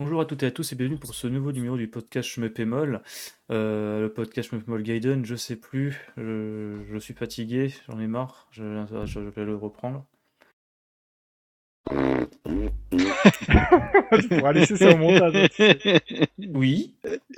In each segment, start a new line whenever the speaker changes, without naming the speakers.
Bonjour à toutes et à tous et bienvenue pour ce nouveau numéro du podcast Shmepémol. Le podcast Shmepémol Gaiden, je sais plus, je suis fatigué, j'en ai marre, je vais le reprendre.
Tu pourras laisser ça au montage, hein, tu sais.
Oui.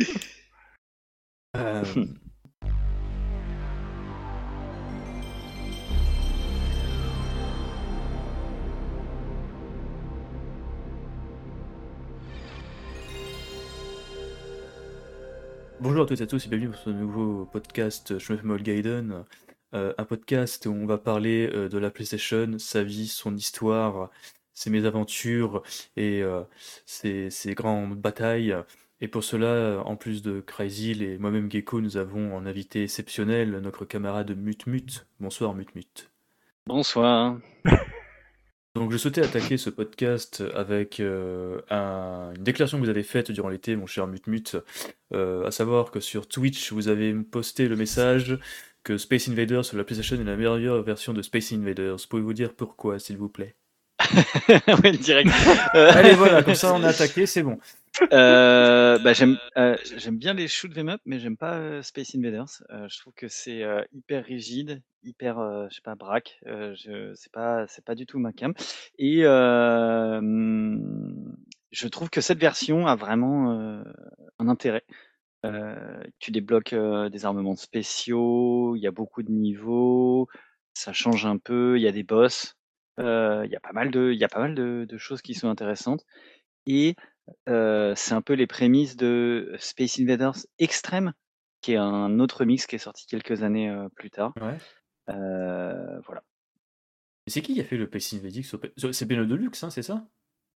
Bonjour à toutes et à tous et bienvenue pour ce nouveau podcast Shmepémol Gaiden. Un podcast où on va parler de la PlayStation, sa vie, son histoire, ses mésaventures et ses grandes batailles. Et pour cela, en plus de Crazy et moi-même Gecko, nous avons un invité exceptionnel, notre camarade Mutmut. Bonsoir Mutmut.
Bonsoir.
Donc je souhaitais attaquer ce podcast avec une déclaration que vous avez faite durant l'été, mon cher Mutmut, à savoir que sur Twitch, vous avez posté le message que Space Invaders sur la PlayStation est la meilleure version de Space Invaders. Pouvez-vous dire pourquoi, s'il vous plaît?
Ouais, direct.
Allez, voilà, comme ça on a attaqué, c'est bon.
J'aime bien les shoot 'em up, mais j'aime pas Space Invaders. Je trouve que c'est hyper rigide, hyper, je sais pas, braque. C'est pas du tout ma came. Et je trouve que cette version a vraiment un intérêt. Tu débloques des armements spéciaux, il y a beaucoup de niveaux, ça change un peu, il y a des boss, il y a pas mal de choses qui sont intéressantes. Et c'est un peu les prémices de Space Invaders Extreme, qui est un autre mix qui est sorti quelques années plus tard.
Ouais.
Voilà.
Et c'est qui a fait le Space Invaders C'est Beno Deluxe, hein, c'est ça?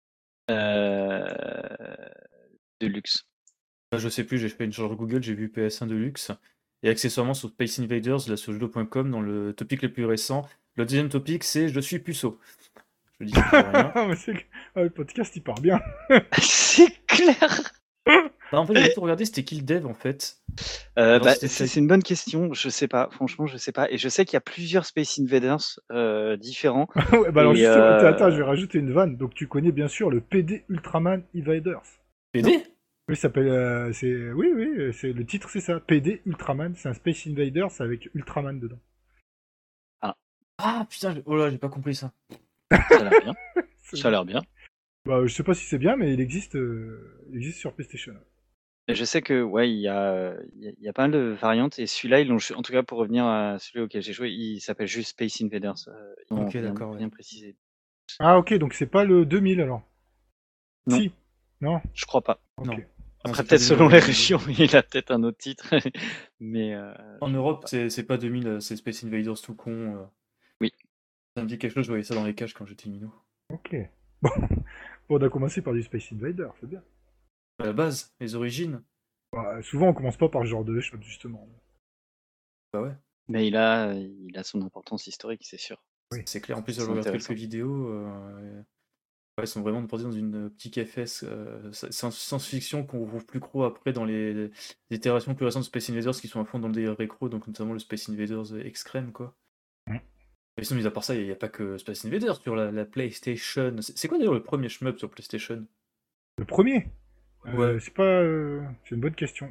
Deluxe.
Je sais plus, j'ai fait une recherche Google, j'ai vu PS1 Deluxe. Et accessoirement sur Space Invaders, là sur judo.com, dans le topic le plus récent, le deuxième topic c'est Je suis puceau. Je dis ça pour rien.
Le podcast il part bien.
C'est clair.
En fait, j'ai tout regardé, c'était qui le dev en fait?
C'est une bonne question, je sais pas, franchement je sais pas. Et je sais qu'il y a plusieurs Space Invaders différents.
Ouais, bah alors justement, attends, je vais rajouter une vanne. Donc tu connais bien sûr le PD Ultraman Invaders.
PD?
Oui, ça s'appelle, oui, c'est le titre, c'est ça. PD Ultraman, c'est un Space Invaders avec Ultraman dedans.
Ah putain, oh là, j'ai pas compris ça.
Ça a l'air bien. Ça a l'air bien.
Bah, je sais pas si c'est bien, mais il existe sur PlayStation.
Et je sais que ouais, il y a pas mal de variantes et celui-là, ils l'ont, en tout cas pour revenir à celui auquel j'ai joué, il s'appelle juste Space Invaders. Ils n'ont
Ok, d'accord,
rien
ouais.
précisé.
Ah ok, donc c'est pas le 2000 alors.
Non.
Si. Non.
Je crois pas.
Ok.
Non.
Après,
c'est
peut-être
pas
selon les
2000.
régions, il a peut-être un autre titre. Mais
En Europe, c'est pas 2000, c'est Space Invaders tout con.
Oui.
Ça me dit quelque chose, je voyais ça dans les cages quand j'étais minot.
Ok. Bon, on a commencé par du Space Invader, c'est bien.
À la base, les origines.
Bah, souvent on commence pas par ce genre de choses justement.
Bah ouais.
Mais il a son importance historique, c'est sûr.
Oui.
C'est clair. En plus, je
C'est
regarde quelques
intéressant.
vidéos. Ouais, ils sont vraiment portés dans une optique FS, science-fiction qu'on retrouve plus gros après dans les itérations plus récentes de Space Invaders qui sont à fond dans le délire rétro, donc notamment le Space Invaders Extreme, quoi.
Mm.
Mais sinon, mis à part ça, il n'y a pas que Space Invaders sur la PlayStation. C'est quoi d'ailleurs le premier shmup sur PlayStation?
Le premier
Ouais.
C'est pas. C'est une bonne question.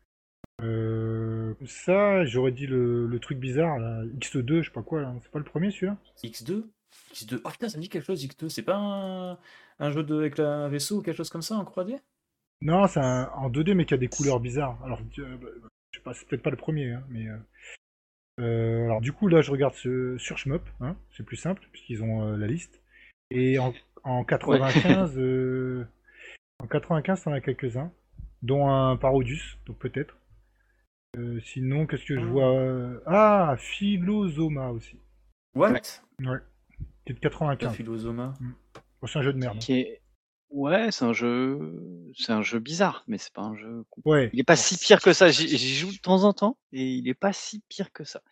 Ça, j'aurais dit le truc bizarre, là, X2, je sais pas quoi, là. C'est pas le premier celui-là?
X2? X2. Oh putain, ça me dit quelque chose, X2. C'est pas un jeu avec un vaisseau ou quelque chose comme ça en 3D?
Non, c'est en 2D mais qui a des couleurs bizarres. Alors, je sais pas, c'est peut-être pas le premier, hein, mais. Alors du coup là je regarde sur Shmup, hein, c'est plus simple puisqu'ils ont la liste. Et en 95, en 95 t'en as quelques-uns, dont un Parodius, donc peut-être. Sinon qu'est-ce que je vois Ah, Philosoma aussi.
What?
Ouais, qui est de
La
95.
Philosoma.
Bon, c'est un jeu de merde.
Qui est... Ouais, c'est un jeu bizarre, mais c'est pas un jeu.
Ouais.
Il est pas si pire que ça. J'y joue de temps en temps et il est pas si pire que ça.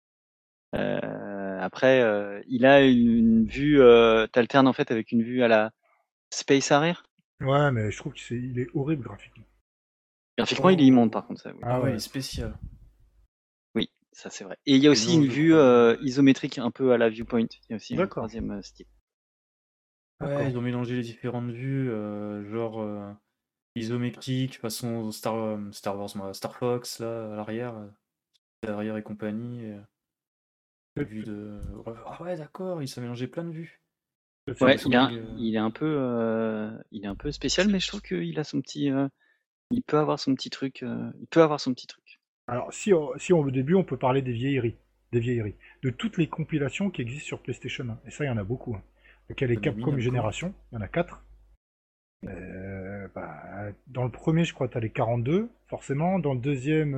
Après, il a une vue. T'alternes en fait avec une vue à la Space Harrier.
Ouais, mais je trouve qu'il est horrible graphiquement.
Graphiquement, il est immonde par contre, ça. Oui.
Ah ouais, il est spécial.
Oui, ça c'est vrai. Et il y a aussi
non,
une
je
vue
crois.
isométrique un peu à la viewpoint. Il y a aussi un
D'accord.
troisième style.
Ouais,
D'accord.
ils ont mélangé les différentes vues, genre isométriques, façon Star Wars, Star Fox, là, à l'arrière, derrière et compagnie. La vue de. Ah ouais, d'accord, il s'est mélangé plein de vues.
Ouais,
C'est dingue.
il est un peu spécial, mais je trouve qu'il a son petit, il peut avoir son petit truc. Il peut avoir son petit truc.
Alors, si au début, on peut parler des vieilleries. Des vieilleries. De toutes les compilations qui existent sur PlayStation 1. Et ça, il y en a beaucoup. Hein. Donc, il y a les
Konami,
Capcom
Namco.
Génération. Il y en a 4. Dans le premier, je crois, tu as les 42, forcément. Dans le deuxième,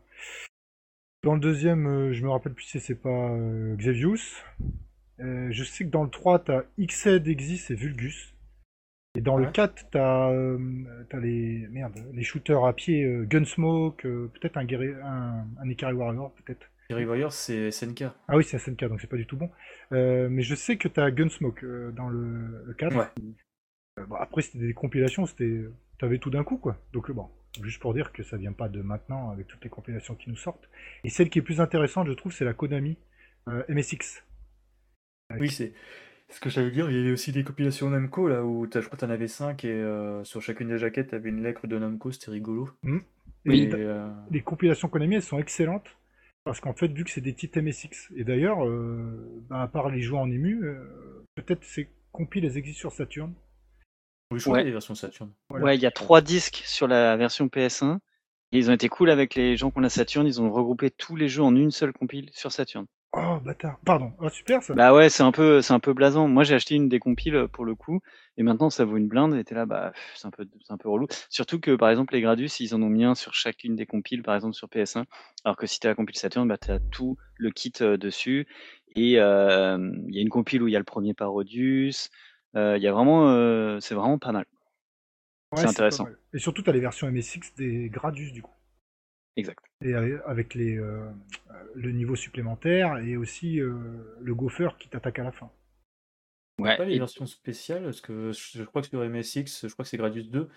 je me rappelle plus si c'est pas Xevious. Je sais que dans le 3, tu as Xed, Exis et Vulgus. Et dans le
Ouais.
4, t'as les shooters à pied, Gunsmoke, peut-être un Ikari Warrior, peut-être.
Gary Warrior, c'est SNK.
Ah oui, c'est SNK, donc c'est pas du tout bon. Mais je sais que t'as Gunsmoke dans le 4.
Ouais.
Bon, après, c'était des compilations, t'avais tout d'un coup, quoi. Donc bon, juste pour dire que ça vient pas de maintenant avec toutes les compilations qui nous sortent. Et celle qui est plus intéressante, je trouve, c'est la Konami MSX.
Oui, c'est ce que j'allais dire. Il y avait aussi des compilations Namco, là, où je crois que t'en avais 5, et sur chacune des jaquettes, t'avais une lettre de Namco, c'était rigolo.
Hmm.
Oui.
Et les compilations Konami, elles sont excellentes. Parce qu'en fait, vu que c'est des titres MSX, et d'ailleurs, à part les jouer en ému, peut-être ces compiles, elles existent sur Saturn.
Oui, je crois qu'il y a des versions Saturn.
Voilà.
Ouais, il y a 3 disques sur la version PS1. Et ils ont été cool avec les gens qu'on a Saturn. Ils ont regroupé tous les jeux en une seule compile sur Saturn.
Oh, bâtard. Pardon. Ah, super ça.
Bah ouais, c'est un peu blasant. Moi, j'ai acheté une des compiles pour le coup, et maintenant ça vaut une blinde. Et t'es là, bah, c'est un peu relou. Surtout que par exemple, les Gradus, ils en ont mis un sur chacune des compiles, par exemple sur PS1. Alors que si t'as la compile Saturn, bah t'as tout le kit dessus. Et il y a une compile où il y a le premier Parodius. Il y a vraiment, c'est vraiment pas mal.
Ouais,
C'est
c'est pas
intéressant.
mal. Et surtout, t'as les versions MSX des Gradius, du coup.
Exact.
Et avec le niveau supplémentaire, et aussi le gopher qui t'attaque à la fin.
Ouais, pas les
Et
versions spéciales, parce que je crois que sur MSX, je crois que c'est Gradius 2.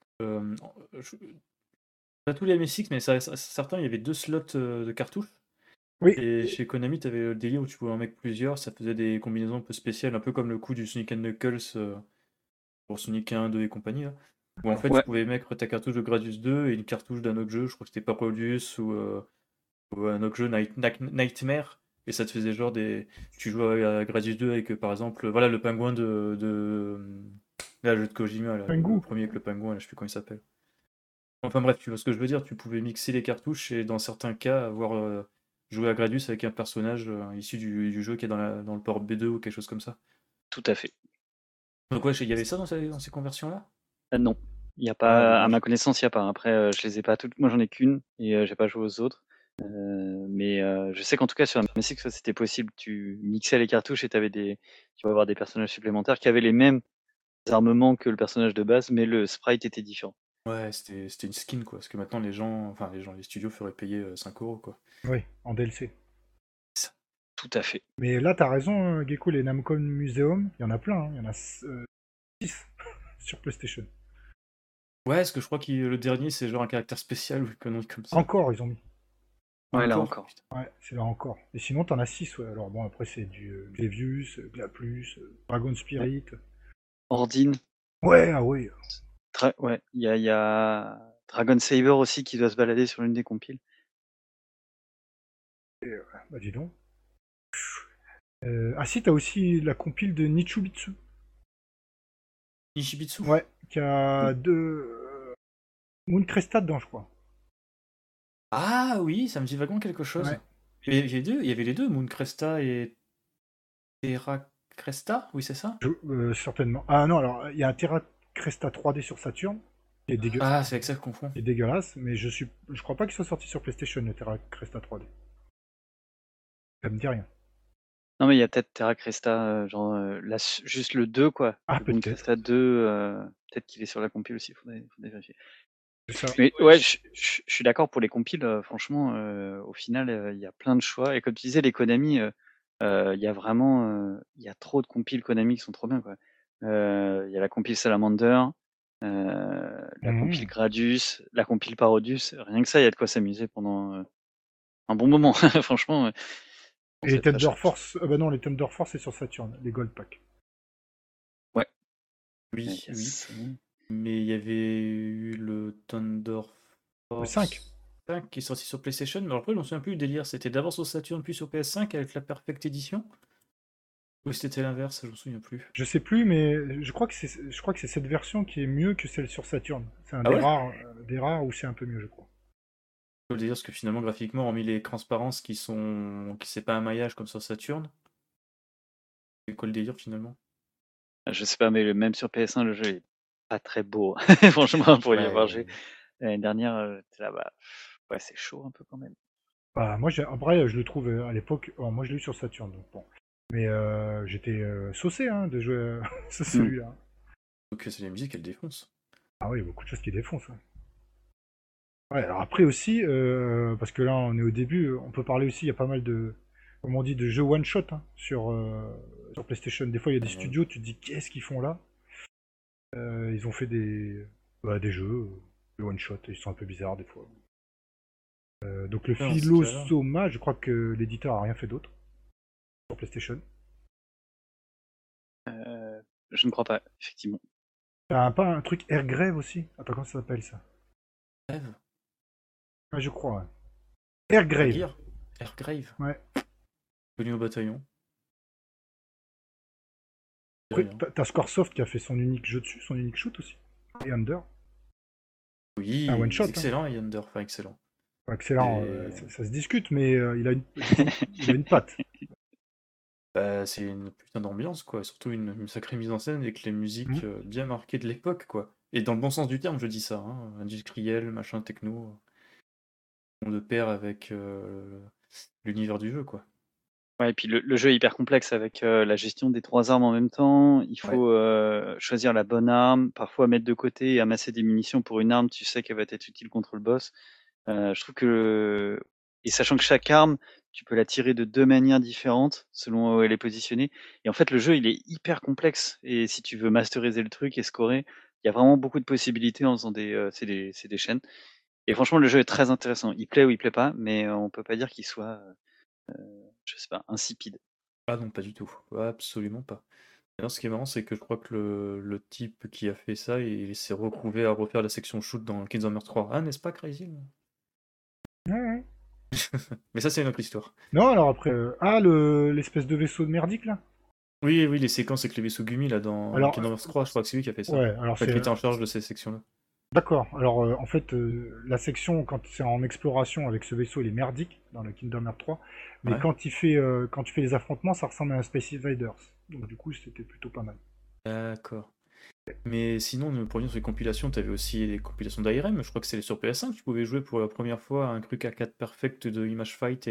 Pas tous les MSX, mais certains, il y avait 2 slots de cartouches.
Oui.
Et chez Konami, t'avais le délire où tu pouvais en mettre plusieurs, ça faisait des combinaisons un peu spéciales, un peu comme le coup du Sonic Knuckles pour Sonic 1, 2 et compagnie, là. Où en fait, tu
ouais,
pouvais mettre ta cartouche de Gradius 2 et une cartouche d'un autre jeu, je crois que c'était Parodius ou un autre jeu Nightmare, et ça te faisait genre des. Tu jouais à Gradius 2 avec par exemple, voilà le pingouin là, le jeu de Kojima, là, le
Pingu.
premier avec le pingouin, là, je sais plus comment il s'appelle. Enfin bref, tu vois ce que je veux dire, tu pouvais mixer les cartouches et dans certains cas avoir joué à Gradius avec un personnage issu du jeu qui est dans le port B2 ou quelque chose comme ça.
tout à fait.
Donc ouais, il y avait ça dans ces conversions-là?
Non, il y a
Ah,
pas, à
dommage.
ma connaissance, il y a pas. Après, je les ai pas toutes. Moi, j'en ai qu'une et j'ai pas joué aux autres. Mais je sais qu'en tout cas sur la MSX, ça, c'était possible. Tu mixais les cartouches et tu vas avoir des personnages supplémentaires qui avaient les mêmes armements que le personnage de base, mais le sprite était différent.
Ouais, c'était une skin quoi, parce que maintenant les studios feraient payer 5 euros quoi.
Oui, en DLC.
Ça.
Tout à fait.
Mais là, t'as raison, Gecko, les Namco Museum, il y en a plein. Il y en a 6 sur PlayStation.
Ouais, parce que je crois que le dernier c'est genre un caractère spécial ou une connerie comme ça.
Encore, ils ont mis.
Ouais, là encore.
Putain.
Ouais, c'est là encore. Et sinon, t'en as 6, ouais. Alors bon, après, c'est du Xevious, Glaplus, Dragon Spirit.
Ordine.
Ouais, ah oui.
Ouais, il y a Dragon Saber aussi qui doit se balader sur l'une des compiles.
Bah dis donc. Ah si, t'as aussi la compile de Nichibitsu.
Ishibitsu?
Ouais, qui a deux... Moon Cresta dedans, je crois.
Ah oui, ça me dit vaguement quelque chose.
Ouais.
Mais il y avait les deux, Moon Cresta et Terra Cresta, oui c'est ça?
Certainement. Ah non, alors, il y a un Terra Cresta 3D sur Saturn, qui est,
Ah, c'est avec ça que je confonds.
qui est dégueulasse, mais je crois pas qu'il soit sorti sur PlayStation, le Terra Cresta 3D. Ça me dit rien.
Non, mais il y a peut-être Terra Cresta, juste le 2, quoi.
Ah,
Le Moon
peut-être.
Cresta 2, peut-être qu'il est sur la compile aussi, faudrait vérifier.
C'est ça.
Mais ouais, je suis d'accord pour les compiles, franchement, au final, il y a plein de choix. Et comme tu disais, les Konami, il y a vraiment, il y a trop de compiles Konami qui sont trop bien, quoi. Il y a la compile Salamander, la compile Gradius, la compile Parodius. Rien que ça, il y a de quoi s'amuser pendant un bon moment, franchement.
Et les
c'est très
Thunder
chouette.
Force, bah non, les Thunder Force, c'est sur Saturn, les Gold Pack.
Oui,
Yes.
oui. Mais il y avait eu Thunder
Le 5.
Force 5 qui est sorti sur PlayStation, mais alors après, je m'en souviens plus, le délire, c'était d'abord sur Saturn puis sur PS5 avec la Perfect Edition? Ou c'était l'inverse, je me souviens plus.
Je sais plus, mais je crois que c'est cette version qui est mieux que celle sur Saturn. C'est un
Ah ouais?
des rares où c'est un peu mieux, je crois.
Le délire, parce que finalement, graphiquement, hormis les transparences qui c'est pas un maillage comme sur Saturn, c'est quoi le délire finalement?
Je sais pas, mais même sur PS1, le jeu est pas très beau. Franchement, pour y avoir joué
Ouais.
l'année dernière, t'es là, bah, ouais, c'est chaud un peu quand même.
Bah, moi, après, je le trouve à l'époque. Moi, je l'ai eu sur Saturn, donc bon. Mais j'étais saucé hein, de jouer sur
Hmm.
celui-là.
Donc c'est la musique, elle défonce.
Ah oui, il y a beaucoup de choses qui défoncent. Ouais. Ouais, alors après aussi, parce que là, on est au début, on peut parler aussi, il y a pas mal de, comme on dit, de jeux one-shot hein, sur PlayStation. Des fois, il y a des
Ouais.
studios, tu te dis, qu'est-ce qu'ils font là? Ils ont fait des jeux, de one-shot, ils sont un peu bizarres des fois. Donc le
Dans ce cas-là.
Philosoma, je crois que l'éditeur a rien fait d'autre sur PlayStation.
Je ne crois pas, effectivement.
T'as pas un truc Airgrave aussi? Attends, comment ça s'appelle ça?
Rêve.
Ouais, je crois, ouais. Airgrave.
Airgear. Airgrave.
Ouais.
Venu au bataillon. C'est
Après,
rien.
t'as Squaresoft qui a fait son unique jeu dessus, son unique shoot aussi. Et Under. Un one
Oui,
shot, hein.
excellent, Yonder. Enfin, excellent.
Excellent,
Et...
ça se discute, mais disons, il a une patte.
Bah, c'est une putain d'ambiance, quoi. Surtout une sacrée mise en scène avec les
Hmm.
musiques bien marquées de l'époque, quoi. Et dans le bon sens du terme, je dis ça, hein. Industriel, machin, techno, on de pair avec l'univers du jeu, quoi.
Ouais, et puis le jeu est hyper complexe avec la gestion des 3 armes en même temps. Il
Ouais.
faut choisir la bonne arme, parfois mettre de côté et amasser des munitions pour une arme, tu sais qu'elle va être utile contre le boss. Je trouve que et sachant que chaque arme, tu peux la tirer de 2 manières différentes selon où elle est positionnée et en fait, le jeu, il est hyper complexe et si tu veux masteriser le truc et scorer, il y a vraiment beaucoup de possibilités en faisant c'est des chaînes et franchement, le jeu est très intéressant. Il plaît ou il plaît pas, mais on peut pas dire qu'il soit, je sais pas, insipide.
Ah non, pas du tout. Absolument pas. D'ailleurs, ce qui est marrant, c'est que je crois que le type qui a fait ça, il s'est retrouvé à refaire la section shoot dans Kingdom Hearts 3. Ah, n'est-ce pas, Crazy?
Ouais, ouais.
Mais ça, c'est une autre histoire.
Non, alors après, l'espèce de vaisseau de merdique là.
Oui, oui, les séquences avec les vaisseaux Gumi, là, dans
Alors,
Kingdom Hearts 3, je crois que c'est lui qui a fait ça.
ouais, alors
Enfin,
c'est
qui était en charge de ces sections-là.
d'accord. Alors en fait, la section quand c'est en exploration avec ce vaisseau, il est merdique dans le Kingdom Hearts 3, mais
Ouais.
quand tu fais les affrontements, ça ressemble à un Space Invaders. Donc du coup, c'était plutôt pas mal.
D'accord. Mais sinon, pour revenir sur les compilations, tu avais aussi les compilations d'ARM. Je crois que c'est sur PS5, tu pouvais jouer pour la première fois à un truc A4 Perfect de Image Fight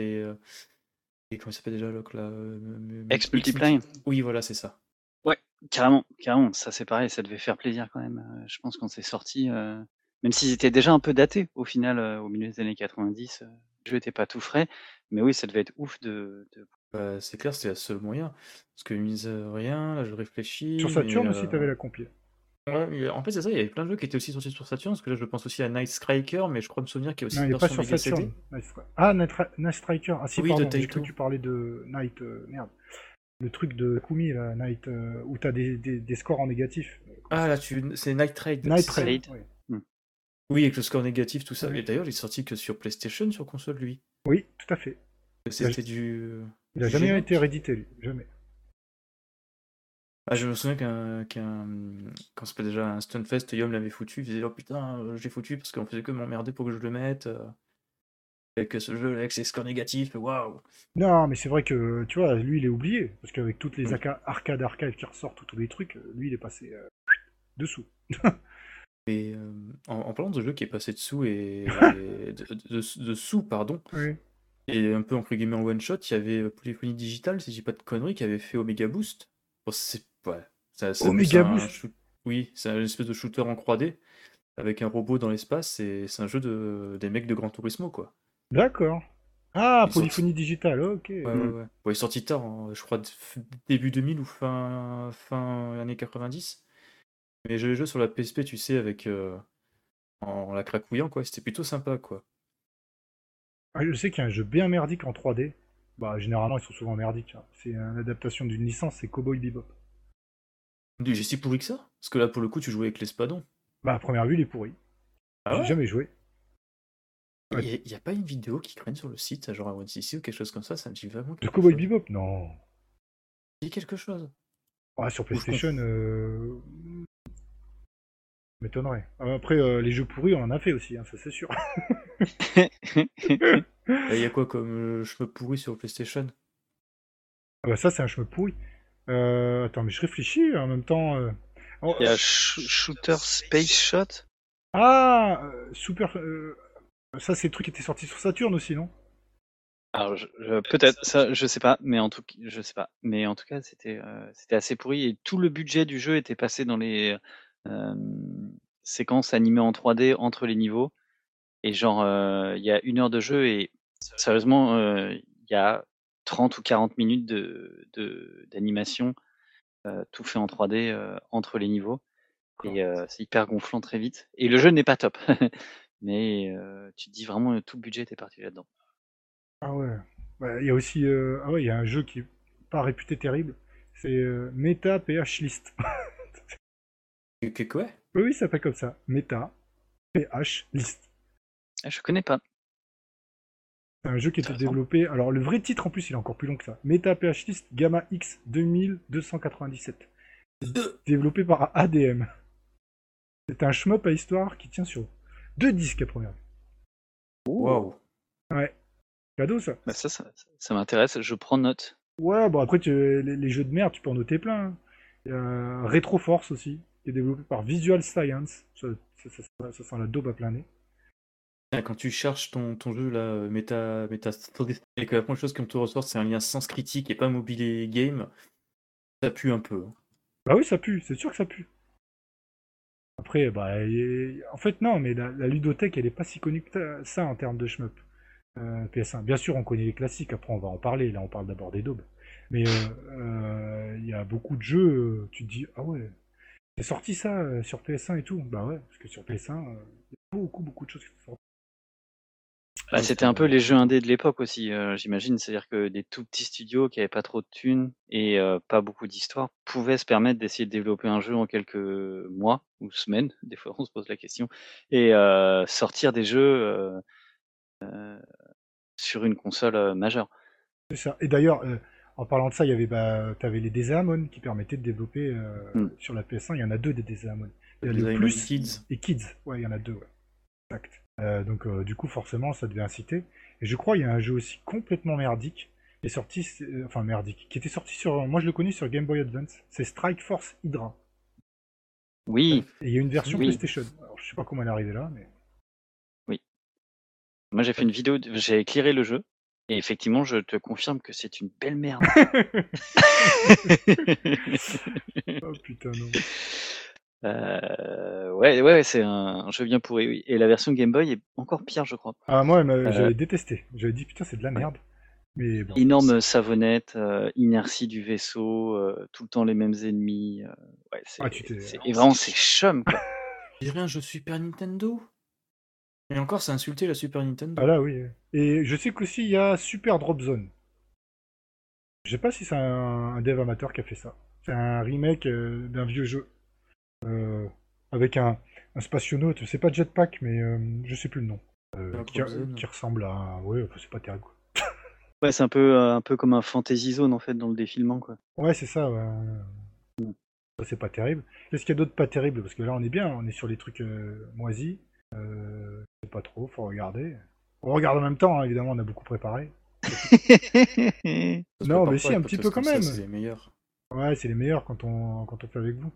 et comment il s'appelle déjà l'autre là
Ex Multiply?
Oui, voilà, c'est ça.
Ouais, carrément, carrément. Ça, c'est pareil, ça devait faire plaisir quand même. Je pense quand c'est sorti, même s'ils étaient déjà un peu datés au final, au milieu des années 90, le jeu était pas tout frais, mais oui, ça devait être ouf de
Bah, c'est clair, c'est le seul moyen. Parce que mise rien, là je
Sur
réfléchis, mais
Saturn aussi, t'avais la compile.
ouais, en fait c'est ça, il y avait plein de jeux qui étaient aussi sortis sur Saturn, parce que là je pense aussi à Night Striker, mais je crois me souvenir qu'il y a aussi
Non, il
une
n'est pas
version
sur
Mega
Saturn.
CD.
Night Striker. Ah si,
Oui, de
pardon, j'ai cru que
Taito.
tu parlais de Night. Merde. Le truc de Kumi, là, Night, où t'as des scores en négatif. Comment
Ah
ça
là,
s'appelle?
c'est Night Trade,
Night
c'est ça.
Raid,
Slade.
oui.
Mmh.
Oui, avec le score négatif, tout ça. Et
Oui,
d'ailleurs, il est sorti que sur PlayStation, sur console, lui.
oui, tout à fait. Il a,
C'était
il a
du
jamais été
G-Note.
réédité, lui. Jamais.
Ah, je me souviens quand c'était déjà un Stunfest, Yom l'avait foutu, il disait oh putain, j'ai foutu parce qu'on faisait que m'emmerder pour que je le mette. Avec ce jeu, avec ses scores négatifs, waouh!
Non, mais c'est vrai que, tu vois, lui, il est oublié. Parce qu'avec toutes les
Oui.
arcades qui ressortent, tous les trucs, lui, il est passé dessous.
Et en parlant de jeu qui est passé dessous et dessous, pardon,
Oui.
et un peu entre guillemets en one shot, il y avait Polyphony Digital, si je dis pas de conneries, qui avait fait Omega Boost. Bon, c'est ouais, c'est plus
Omega
un
Boost.
shoot, oui, c'est une espèce de shooter en 3D avec un robot dans l'espace. Et c'est un jeu des mecs de Gran Turismo, quoi.
D'accord. Ah,
Il est sorti,
Polyphonie digitale, ok.
ouais, ouais,
Mmh.
ouais. Bon, il est sorti tard, hein, je crois début 2000 ou fin années 90. Mais j'ai le jeu sur la PSP, tu sais, avec en la cracouillant, quoi. C'était plutôt sympa, quoi.
Ah, je sais qu'il y a un jeu bien merdique en 3D. Bah, généralement, ils sont souvent merdiques, hein. C'est une adaptation d'une licence, c'est Cowboy Bebop.
J'ai si pourri que ça? Parce que là, pour le coup, tu jouais avec l'espadon.
Bah, à première vue, il est pourri.
Ah
J'ai
ouais?
jamais joué. Ouais.
Il y a pas une vidéo qui traîne sur le site, genre à OneCC ou quelque chose comme ça me dit vraiment
De
quelque
Cowboy
chose.
Bebop? Non.
Dit quelque chose.
Ah, sur
Ou je
PlayStation,
confonds.
m'étonnerait. Après, les jeux pourris, on en a fait aussi, hein, ça c'est sûr.
Il y a quoi comme cheveux pourris sur PlayStation?
Ah bah ça, c'est un chemin pourri. Attends, mais je réfléchis en même temps. Oh,
Il y a Shooter Space Shot.
Ah, Super. Ça, c'est le truc qui était sorti sur Saturn aussi, non?
Alors peut-être ça, je sais pas, mais en tout cas c'était assez pourri et tout le budget du jeu était passé dans les euh, séquences animées en 3D entre les niveaux et genre il y a 1 heure de jeu et sérieusement il y a 30 ou 40 minutes d'animation tout fait en 3D entre les niveaux et c'est hyper gonflant très vite et le jeu n'est pas top mais tu te dis vraiment tout le budget était parti là-dedans.
Ah ouais. Bah, il y a aussi. Ah ouais, il y a un jeu qui est pas réputé terrible. C'est Meta PH List.
Quoi?
Oui, oui, ça s'appelle comme ça. Meta PH List.
Ah, je connais pas.
C'est un jeu qui était
Intéressant.
développé. Alors, le vrai titre en plus, il est encore plus long que ça. Meta PH List Gamma X 2297. Développé par ADM. C'est un shmup à histoire qui tient sur 2 disques à première vue.
Oh.
Waouh.
Ouais. Cadeau ça.
Bah ça m'intéresse, je prends note.
Ouais, bon après, les jeux de merde, tu peux en noter plein, hein. Il y a Retro Force aussi, qui est développé par Visual Science. Ça sent la daube à plein nez.
Ah, quand tu cherches ton jeu là, Meta et que la première chose qu'on te ressort c'est un lien Sens Critique et pas Mobile Game, ça pue un peu.
Bah oui, ça pue, c'est sûr que ça pue. Après, bah, en fait, non, mais la ludothèque, elle est pas si connue que ça en termes de shmup. PS1. Bien sûr, on connaît les classiques, après on va en parler, là on parle d'abord des daubes. Mais il y a beaucoup de jeux, tu te dis, ah ouais, c'est sorti ça sur PS1 et tout. Bah ouais, parce que sur PS1, il y a beaucoup de choses qui sont sorties.
Bah,
Ouais,
c'était un peu les jeux indés de l'époque aussi, j'imagine. C'est-à-dire que des tout petits studios qui avaient pas trop de thunes et pas beaucoup d'histoire pouvaient se permettre d'essayer de développer un jeu en quelques mois ou semaines, des fois on se pose la question, et sortir des jeux sur une console majeure.
C'est ça. Et d'ailleurs, en parlant de ça, il y avait, bah, t'avais les Desaamon qui permettaient de développer
Mm.
sur la PS1. Il y en a deux des Desaamon. Il y a
Les
le
Diamond
Plus
Kids.
et Kids. Ouais, il y en a deux, ouais. Exact. Donc, du coup, forcément, ça devait inciter. Et je crois il y a un jeu aussi complètement merdique qui est sorti, enfin merdique, qui était sorti sur, moi je le connais sur Game Boy Advance. C'est Strike Force Hydra.
Oui,
Et il y a une version
oui,
PlayStation. Alors, je sais pas comment elle est arrivée là, mais.
oui. Moi j'ai fait une vidéo, j'ai éclairé le jeu, et effectivement je te confirme que c'est une belle merde.
Oh putain, non.
Ouais, c'est un jeu bien pourri, oui. Et la version Game Boy est encore pire, je crois.
Ah, moi,
Euh,
j'avais détesté. J'avais dit, putain, c'est de la
ouais.
merde. Mais bon.
Énorme savonnette, inertie du vaisseau, tout le temps les mêmes ennemis. Ouais,
Ah, tu t'es.
et vraiment c'est chum quoi.
Je dirais un jeu Super Nintendo. Et encore, c'est insulter la Super
Ah
Nintendo.
là, oui. Et je sais qu'aussi, il y a Super Drop Zone. Je sais pas si c'est un dev amateur qui a fait ça. C'est un remake d'un vieux jeu. euh, avec un spationaute. C'est pas Jetpack, mais je sais plus le nom.
Super
Qui,
Drop Zone.
qui ressemble à. Ouais, enfin, c'est pas terrible, quoi.
Ouais, c'est un peu comme un Fantasy Zone en fait dans le défilement quoi.
Ouais, c'est ça, ouais. Ça, c'est pas terrible. Qu'est-ce qu'il y a d'autre pas terrible? Parce que là, on est bien, on est sur les trucs moisis. Je sais pas trop, faut regarder. On regarde en même temps, hein, évidemment, on a beaucoup préparé.
Ça se
Non,
prépare
mais
pas
si,
les
un petit peu
podcasts
quand
comme ça,
même.
c'est les meilleurs.
Ouais, c'est les meilleurs quand on fait avec vous.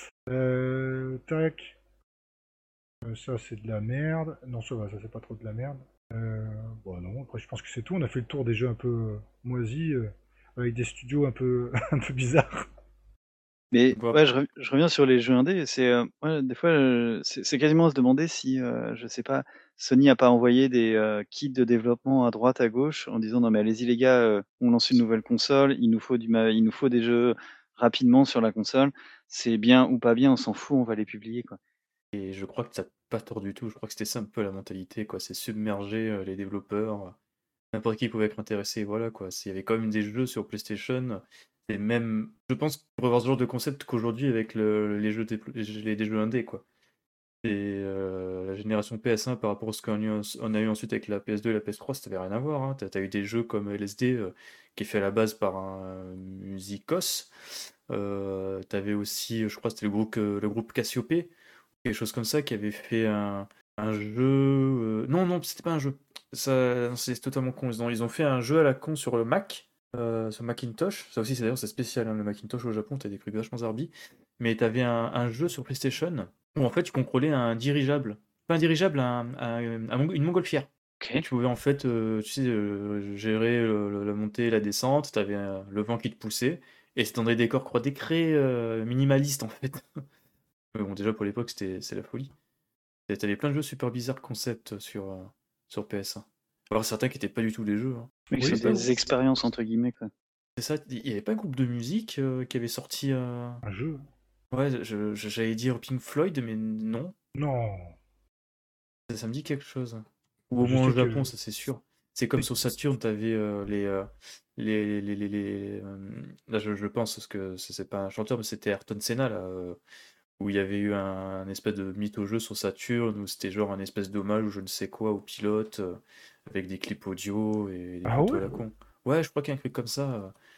Tac. Ça, c'est de la merde. Non, ça va, ça, c'est pas trop de la merde. Bon, non, après, je pense que c'est tout. On a fait le tour des jeux un peu moisis, avec des studios un peu, un peu bizarres.
Mais
Bon,
ouais, je reviens sur les jeux indés. Ouais, des fois, c'est quasiment à se demander si, je sais pas, Sony a pas envoyé des kits de développement à droite, à gauche, en disant non mais allez-y les gars, on lance une nouvelle console, il nous faut des jeux rapidement sur la console. C'est bien ou pas bien, on s'en fout, on va les publier quoi.
et je crois que t'as pas tort du tout. Je crois que c'était ça un peu la mentalité, quoi. C'est submerger les développeurs. N'importe qui pouvait être intéressé, voilà, quoi. S'il y avait quand même des jeux sur PlayStation, c'est même. Je pense qu'on pourrait avoir ce genre de concept qu'aujourd'hui avec les jeux, les jeux indés, quoi. Et la génération PS1 par rapport à ce on a eu ensuite avec la PS2 et la PS3, ça n'avait rien à voir. Hein. T'as eu des jeux comme LSD qui est fait à la base par un Musicos. T'avais aussi, je crois, c'était le groupe Cassiope, quelque chose comme ça, qui avait fait un jeu. Non, non, c'était pas un jeu. Ça, c'est totalement con. Ils ont fait un jeu à la con sur le Mac, sur Macintosh. Ça aussi, c'est spécial, hein, le Macintosh au Japon, t'as des trucs vachement zarbi. Mais t'avais un jeu sur PlayStation où en fait tu contrôlais un dirigeable. Pas un dirigeable, une montgolfière. Et
Ok.
tu pouvais en fait, tu sais, gérer la montée et la descente. T'avais le vent qui te poussait. Et c'était dans des décors croix-décrets minimalistes en fait. Mais bon, déjà pour l'époque, c'est la folie. Et t'avais plein de jeux super bizarres concept sur PS1. Alors certains qui étaient pas du tout des jeux. Hein.
Oui,
Oui,
c'est des expériences entre guillemets quoi.
C'est ça, il y avait pas un groupe de musique qui avait sorti.
un jeu.
Ouais, j'allais dire Pink Floyd, mais non.
Non.
Ça me dit quelque chose. Ou au
Je
moins au
sais que.
Japon, ça c'est sûr. C'est comme sur Saturn, t'avais là, je pense, parce que c'est pas un chanteur, mais c'était Ayrton Senna, là, où il y avait eu un espèce de mythe au jeu sur Saturn, où c'était genre un espèce d'hommage ou je ne sais quoi au pilote, avec des clips audio et des
Ah
photos à
ouais?
la con. Ouais, je crois qu'il y a un truc comme ça.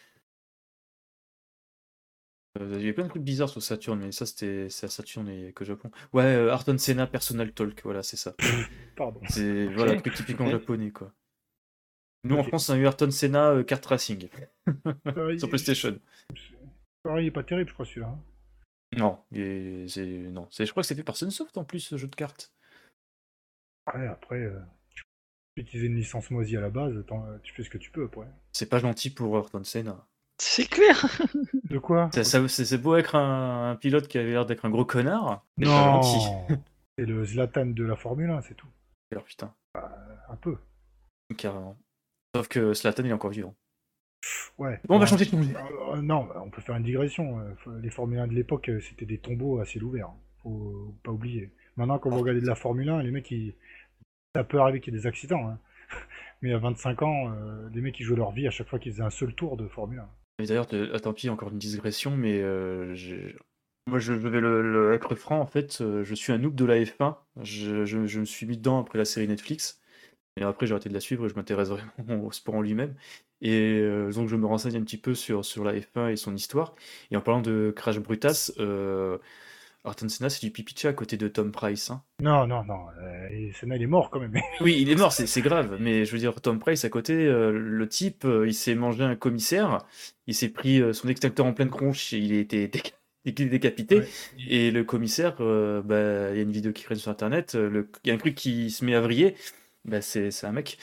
Il y avait plein de trucs bizarres sur Saturn, mais ça c'est à Saturn et que Japon. Ouais, Ayrton Senna Personal Talk, voilà, c'est ça.
Pardon.
C'est
Ok.
voilà, truc typiquement
Ok.
japonais, quoi. Nous en
Ok.
France, on a eu Ayrton Senna Kart Racing sur
Pareil,
PlayStation.
pareil, il est pas terrible, je crois, celui-là. Hein.
Non, non, je crois que c'est fait par Sunsoft en plus ce jeu de cartes.
Ouais, après, tu peux utiliser une licence moisie à la base, tu fais ce que tu peux après.
C'est pas gentil pour Ayrton Senna.
C'est clair.
De quoi?
C'est beau être un pilote qui avait l'air d'être un gros connard, mais pas gentil.
Non! C'est le Zlatan de la Formule 1, c'est tout.
Alors putain,
Un peu.
carrément. Sauf que Zlatan il est encore vivant.
Ouais.
Bon, on va
un
changer de
petit-
sujet.
non, on peut faire une digression. Les Formule 1 de l'époque, c'était des tombeaux à ciel ouvert. Hein. Faut pas oublier. Maintenant, quand vous regardez de la Formule 1, les mecs, ça peut arriver qu'il y ait des accidents. Hein. Mais à 25 ans, les mecs, ils jouaient leur vie à chaque fois qu'ils faisaient un seul tour de Formule 1.
Et d'ailleurs, tant pis, encore une digression, mais moi je vais être franc, en fait, je suis un noob de la F1. Je me suis mis dedans après la série Netflix. Et après, j'ai arrêté de la suivre et je m'intéresse vraiment au sport en lui-même. Et donc, je me renseigne un petit peu sur la F1 et son histoire. Et en parlant de Crash Brutas, Ayrton Senna, c'est du pipicha à côté de Tom Price. Hein.
Non, non, non. Et Senna, il est mort quand même.
Oui, il est mort, c'est grave. Mais je veux dire, Tom Price à côté, le type, il s'est mangé un commissaire. Il s'est pris son extincteur en pleine tronche. Il a été décapité.
Ouais.
Et le commissaire, bah, il y a une vidéo qui traîne sur Internet. Il y a un truc qui se met à vriller. Bah, c'est un mec.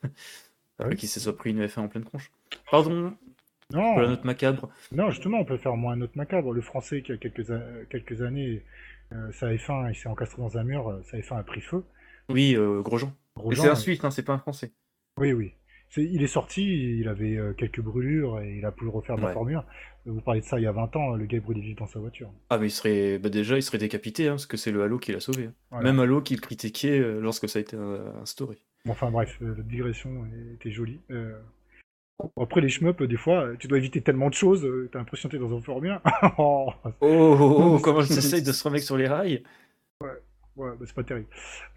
Ah oui.
Qui s'est soit pris une F1 en pleine tronche. Pardon pour la
Non,
note macabre.
non, justement, on peut faire moins un autre macabre. Le français qui a quelques années, sa F1, il s'est encastré dans un mur, sa F1 a pris feu.
Oui, Grosjean. Mais c'est
Grosjean,
un Suisse, hein, c'est pas un Français.
oui, oui. Il est sorti, il avait quelques brûlures et il a pu le refaire de la
Ouais.
Formule 1. Vous parlez de ça il y a 20 ans, le gars il brûlait vif dans sa voiture.
Ah, mais déjà, il serait décapité, hein, parce que c'est le Halo qui l'a sauvé. Hein.
Voilà.
Même Halo qui le critiquait lorsque ça a été instauré.
Bon, enfin bref, la digression était jolie. Bon, après les shmups, des fois, tu dois éviter tellement de choses, t'as l'impression que t'es dans un Formule 1. Oh,
Comment j'essaye de se remettre sur les rails.
ouais, bah, c'est pas terrible.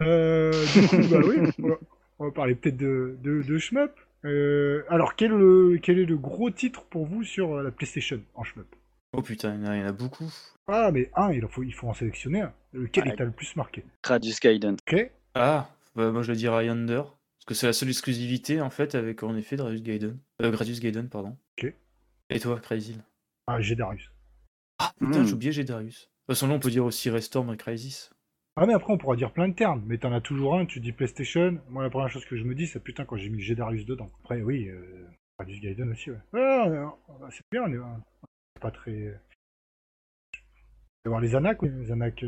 Du coup, bah oui, on va parler peut-être de shmup. Alors, quel est le gros titre pour vous sur la PlayStation en shmup?
Oh putain, il y en a beaucoup.
Ah, mais il faut en sélectionner un. Lequel
Ouais.
t'a le plus marqué?
Gradius Gaiden.
Ok?
Ah, bah, moi je le dirais Yonder. Parce que c'est la seule exclusivité, en fait, avec en effet Gradius Gaiden, pardon.
Ok.
Et toi, Crazy?
Ah, j'ai Darius.
Ah putain, j'ai oublié, j'ai Darius. De toute façon, là, on peut dire aussi Restorm et Crysis.
Ah, mais après, on pourra dire plein de termes. Mais t'en as toujours un, tu dis PlayStation. Moi, la première chose que je me dis, c'est putain, quand j'ai mis Darius dedans. Après, oui, Darius Gaiden aussi, ouais. Ah, c'est bien, c'est pas très. D'avoir les Zanak, oui. Les Zanak,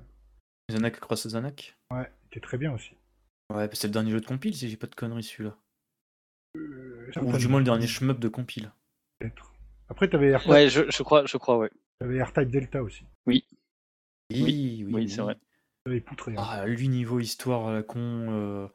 Zanak Cross Zanak.
ouais, c'était très bien aussi.
Ouais, c'est le dernier jeu de compile, si j'ai pas de conneries, celui-là. Ou du
Certainement,
moins le dernier shmup de compile.
peut-être. Après, t'avais R-Type,
Ouais, je crois, ouais.
t'avais R-Type Delta aussi.
Oui,
Oui,
c'est vrai.
T'avais poutré. Hein.
Ah, lui, niveau histoire à la con,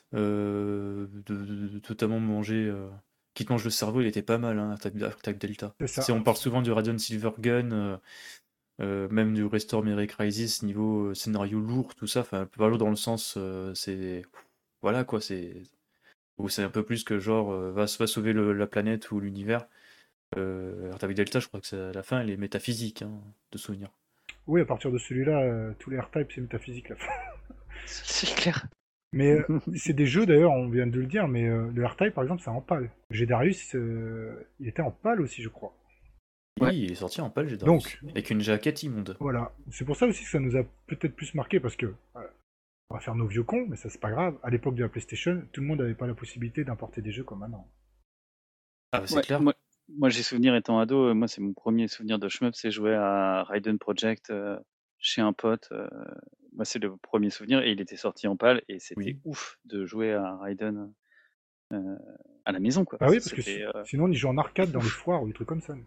de totalement manger, qui te mange le cerveau, il était pas mal, hein, Attack Delta.
C'est ça.
On parle souvent du Radiant Silvergun, même du Restore Mere Crisis, niveau scénario lourd, tout ça, enfin, pas lourd dans le sens, c'est. Voilà quoi, c'est. Ou c'est un peu plus que genre, va sauver la planète ou l'univers. Avec Delta, je crois que à la fin, elle est métaphysique, hein, de souvenir.
Oui, à partir de celui-là, tous les R-Type, c'est métaphysique, là.
C'est clair.
Mais c'est des jeux, d'ailleurs, on vient de le dire, mais le R-Type, par exemple, c'est en PAL. Gédarius, il était en PAL aussi, je crois.
Ouais.
Oui, il est sorti en pâle, j'ai
Donc,
avec une jaquette immonde.
voilà. C'est pour ça aussi que ça nous a peut-être plus marqué, parce que, on va faire nos vieux cons, mais ça, c'est pas grave. À l'époque de la PlayStation, tout le monde n'avait pas la possibilité d'importer des jeux comme maintenant.
Ah, bah, c'est
Ouais,
clair.
moi j'ai souvenir étant ado, moi c'est mon premier souvenir de shmup, c'est jouer à Raiden Project chez un pote. Moi c'est le premier souvenir et il était sorti en PAL et c'était
Oui.
ouf de jouer à Raiden à la maison quoi.
Ah oui, parce que
C'était
sinon, on y joue en arcade dans les
ouf.
foires ou des trucs comme ça.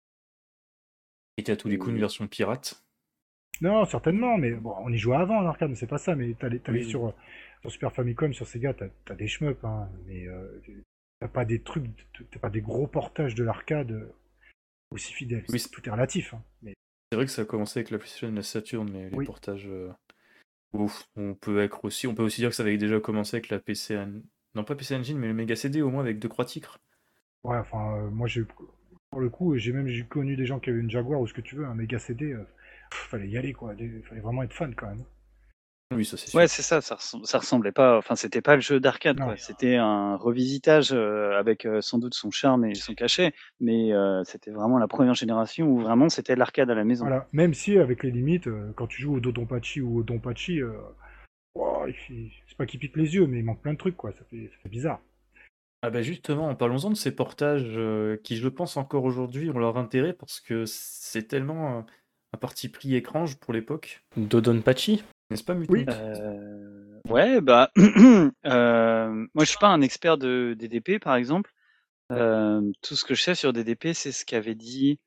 Et t'as tous les coups une
Et-
version pirate.
Non, certainement, mais bon, on y jouait avant en arcade, mais c'est pas ça. Mais t'allais
Oui.
sur Super Famicom, sur Sega, t'as des shmups, hein, mais t'as pas des trucs, t'as pas des gros portages de l'arcade aussi fidèles.
Oui,
Tout est relatif, hein, mais
c'est vrai que ça a commencé avec la PlayStation et la Saturn, les
oui.
portages. Ouf, on peut aussi dire que ça avait déjà commencé avec la non pas PC Engine, mais le Mega CD au moins avec deux croix-tigres.
Ouais, enfin, moi, pour le coup, j'ai connu des gens qui avaient une Jaguar ou ce que tu veux, un méga CD, fallait y aller, quoi. Fallait vraiment être fan, quand même.
Oui, ça c'est
Ouais
sûr.
c'est ça, ça ressemblait pas, enfin c'était pas le jeu d'arcade
Non.
quoi, c'était un revisitage avec sans doute son charme et son cachet, mais c'était vraiment la première génération où vraiment c'était l'arcade à la maison.
Voilà. Même si, avec les limites, quand tu joues au Dodonpachi ou au Donpachi, c'est pas qu'il pique les yeux, mais il manque plein de trucs, quoi. Ça fait bizarre.
Ah bah justement, parlons-en de ces portages qui, je pense, encore aujourd'hui ont leur intérêt parce que c'est tellement un parti pris étrange pour l'époque. Dodonpachi, n'est-ce pas, Mutant?
Oui.
Ouais, bah, moi je suis pas un expert de DDP par exemple. Tout ce que je sais sur DDP, c'est ce qu'avait dit.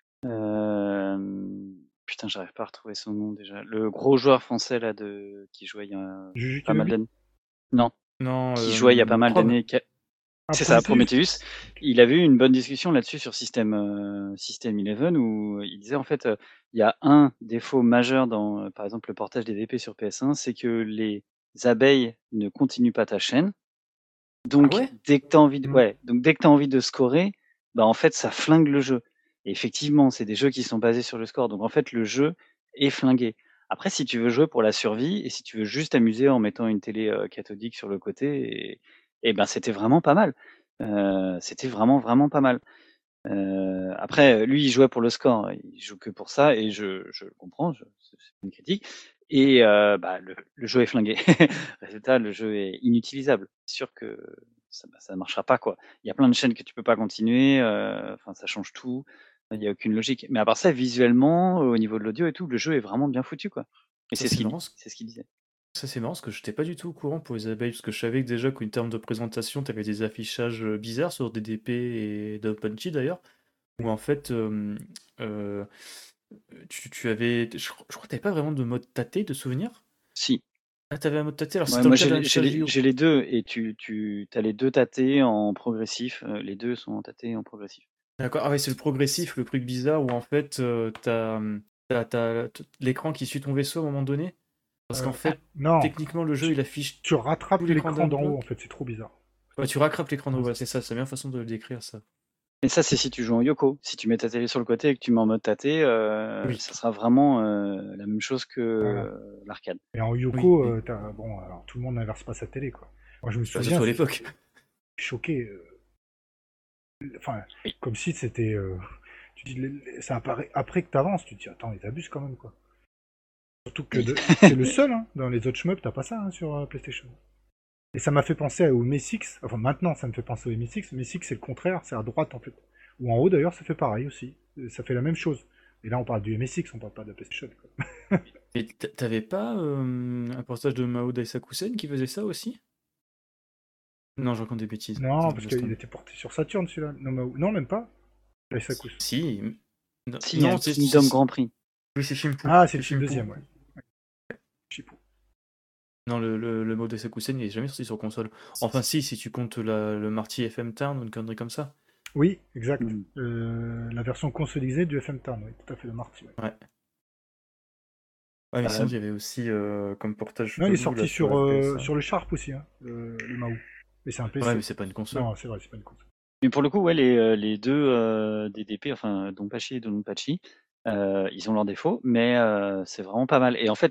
Putain, j'arrive pas à retrouver son nom déjà. Le gros joueur français là qui jouait il y a
Juju
pas mal
Kenobi.
d'années. Non,
Non,
qui jouait il y a pas mal
Probe.
d'années.
Ah,
C'est ça,
Prometheus.
Prometheus. Il avait eu une bonne discussion là-dessus sur System 11 où il disait en fait, il y a un défaut majeur dans, par exemple, le portage des DP sur PS1, c'est que les abeilles ne continuent pas ta chaîne.
Ah
Donc
ouais?
dès que tu as envie
Mm.
donc dès que tu envie de scorer, bah, en fait, ça flingue le jeu. Et effectivement, c'est des jeux qui sont basés sur le score. Donc en fait, le jeu est flingué. Après, si tu veux jouer pour la survie et si tu veux juste t'amuser en mettant une télé cathodique sur le côté, et ben c'était vraiment pas mal. C'était vraiment, vraiment pas mal. Après, lui, il jouait pour le score. Il joue que pour ça et je le comprends. C'est une critique. Et bah, le jeu est flingué. Résultat, le jeu est inutilisable. C'est sûr que ça ne marchera pas, quoi. Il y a plein de chaînes que tu peux pas continuer. Enfin, ça change tout. Il n'y a aucune logique. Mais à part ça, visuellement, au niveau de l'audio et tout, le jeu est vraiment bien foutu, quoi. Et
Ça
c'est ce
c'est
qu'il
marrant.
dit. C'est ce qu'il disait.
Ça c'est marrant parce que je n'étais pas du tout au courant pour les abeilles, parce que je savais que déjà qu'en termes de présentation, tu avais des affichages bizarres sur DDP et Dodonpachi d'ailleurs, où en fait euh, tu avais. Je crois que tu pas vraiment de mode tâté de souvenir.
Si.
Ah, t'avais un mode tâté, alors c'est
Ouais,
dans le
moi,
cas d'un affichage.
j'ai les deux. Et tu as les deux tâtés en progressif. Les deux sont tâtés en progressif.
D'accord, ah ouais, c'est le progressif, le truc bizarre où en fait t'as l'écran qui suit ton vaisseau à un moment donné. Parce qu'en fait,
Non,
techniquement, le jeu il affiche
tu
tout
rattrapes
l'écran
l'écran
d'un
d'en haut, en
bloc.
fait, c'est trop bizarre.
Ouais, tu rattrapes l'écran d'en haut, ouais, c'est ça, c'est la meilleure façon de le décrire ça.
Mais ça, c'est si tu joues en Yoko. Si tu mets ta télé sur le côté et que tu mets en mode tâté,
Oui,
ça sera vraiment la même chose que
Voilà.
l'arcade.
Et en
oui,
Yoko,
oui.
bon, alors tout le monde n'inverse pas sa télé, quoi. Moi, je me
Bah,
souviens,
surtout à
c'est
l'époque.
choqué. Enfin,
Oui.
comme si c'était. Tu dis, ça apparaît après que t'avances, tu te dis, attends, ils abusent quand même, quoi. Surtout que
Oui.
c'est le seul, hein, dans les autres shmups, t'as pas ça hein, sur PlayStation. Et ça m'a fait penser au MSX. Enfin, maintenant, ça me fait penser au MSX. MSX, c'est le contraire, c'est à droite, en fait. Ou en haut, d'ailleurs, ça fait pareil aussi. Ça fait la même chose. Et là, on parle du MSX, on parle pas de la PlayStation, quoi.
Et t'avais pas un portage de Mao Daisakusen qui faisait ça aussi? Non, je raconte des bêtises.
Non,
Ça,
parce
laisse
qu'il
tomber.
était porté sur Saturn, celui-là. Non, non, même pas. La Sakus.
Si. Non,
Si, il y a
non,
le Kingdom Grand Prix.
oui, c'est Shimpu.
Ah, c'est le
Shimpu.
deuxième, ouais. Chipou.
Non, le Mao Daisakusen, il est jamais sorti sur console. Enfin, si tu comptes le Marty FM Town ou une connerie comme ça.
Oui, exact.
Mm.
La version consolisée du FM Town, oui, tout à fait, le Marty. Ouais.
Ouais. Ouais, mais sinon,
Euh,
il y avait aussi comme portage
Non, il est
chelou là
sorti
sur la PS1.
sur le Sharp aussi, hein, le Mahou. Mais c'est un
Ouais, mais
PC.
c'est pas une console.
Non, c'est vrai, c'est pas une console.
mais pour le coup, ouais, les deux DDP, enfin Donpachi et Donpachi, ils ont leurs défauts, mais c'est vraiment pas mal. Et en fait,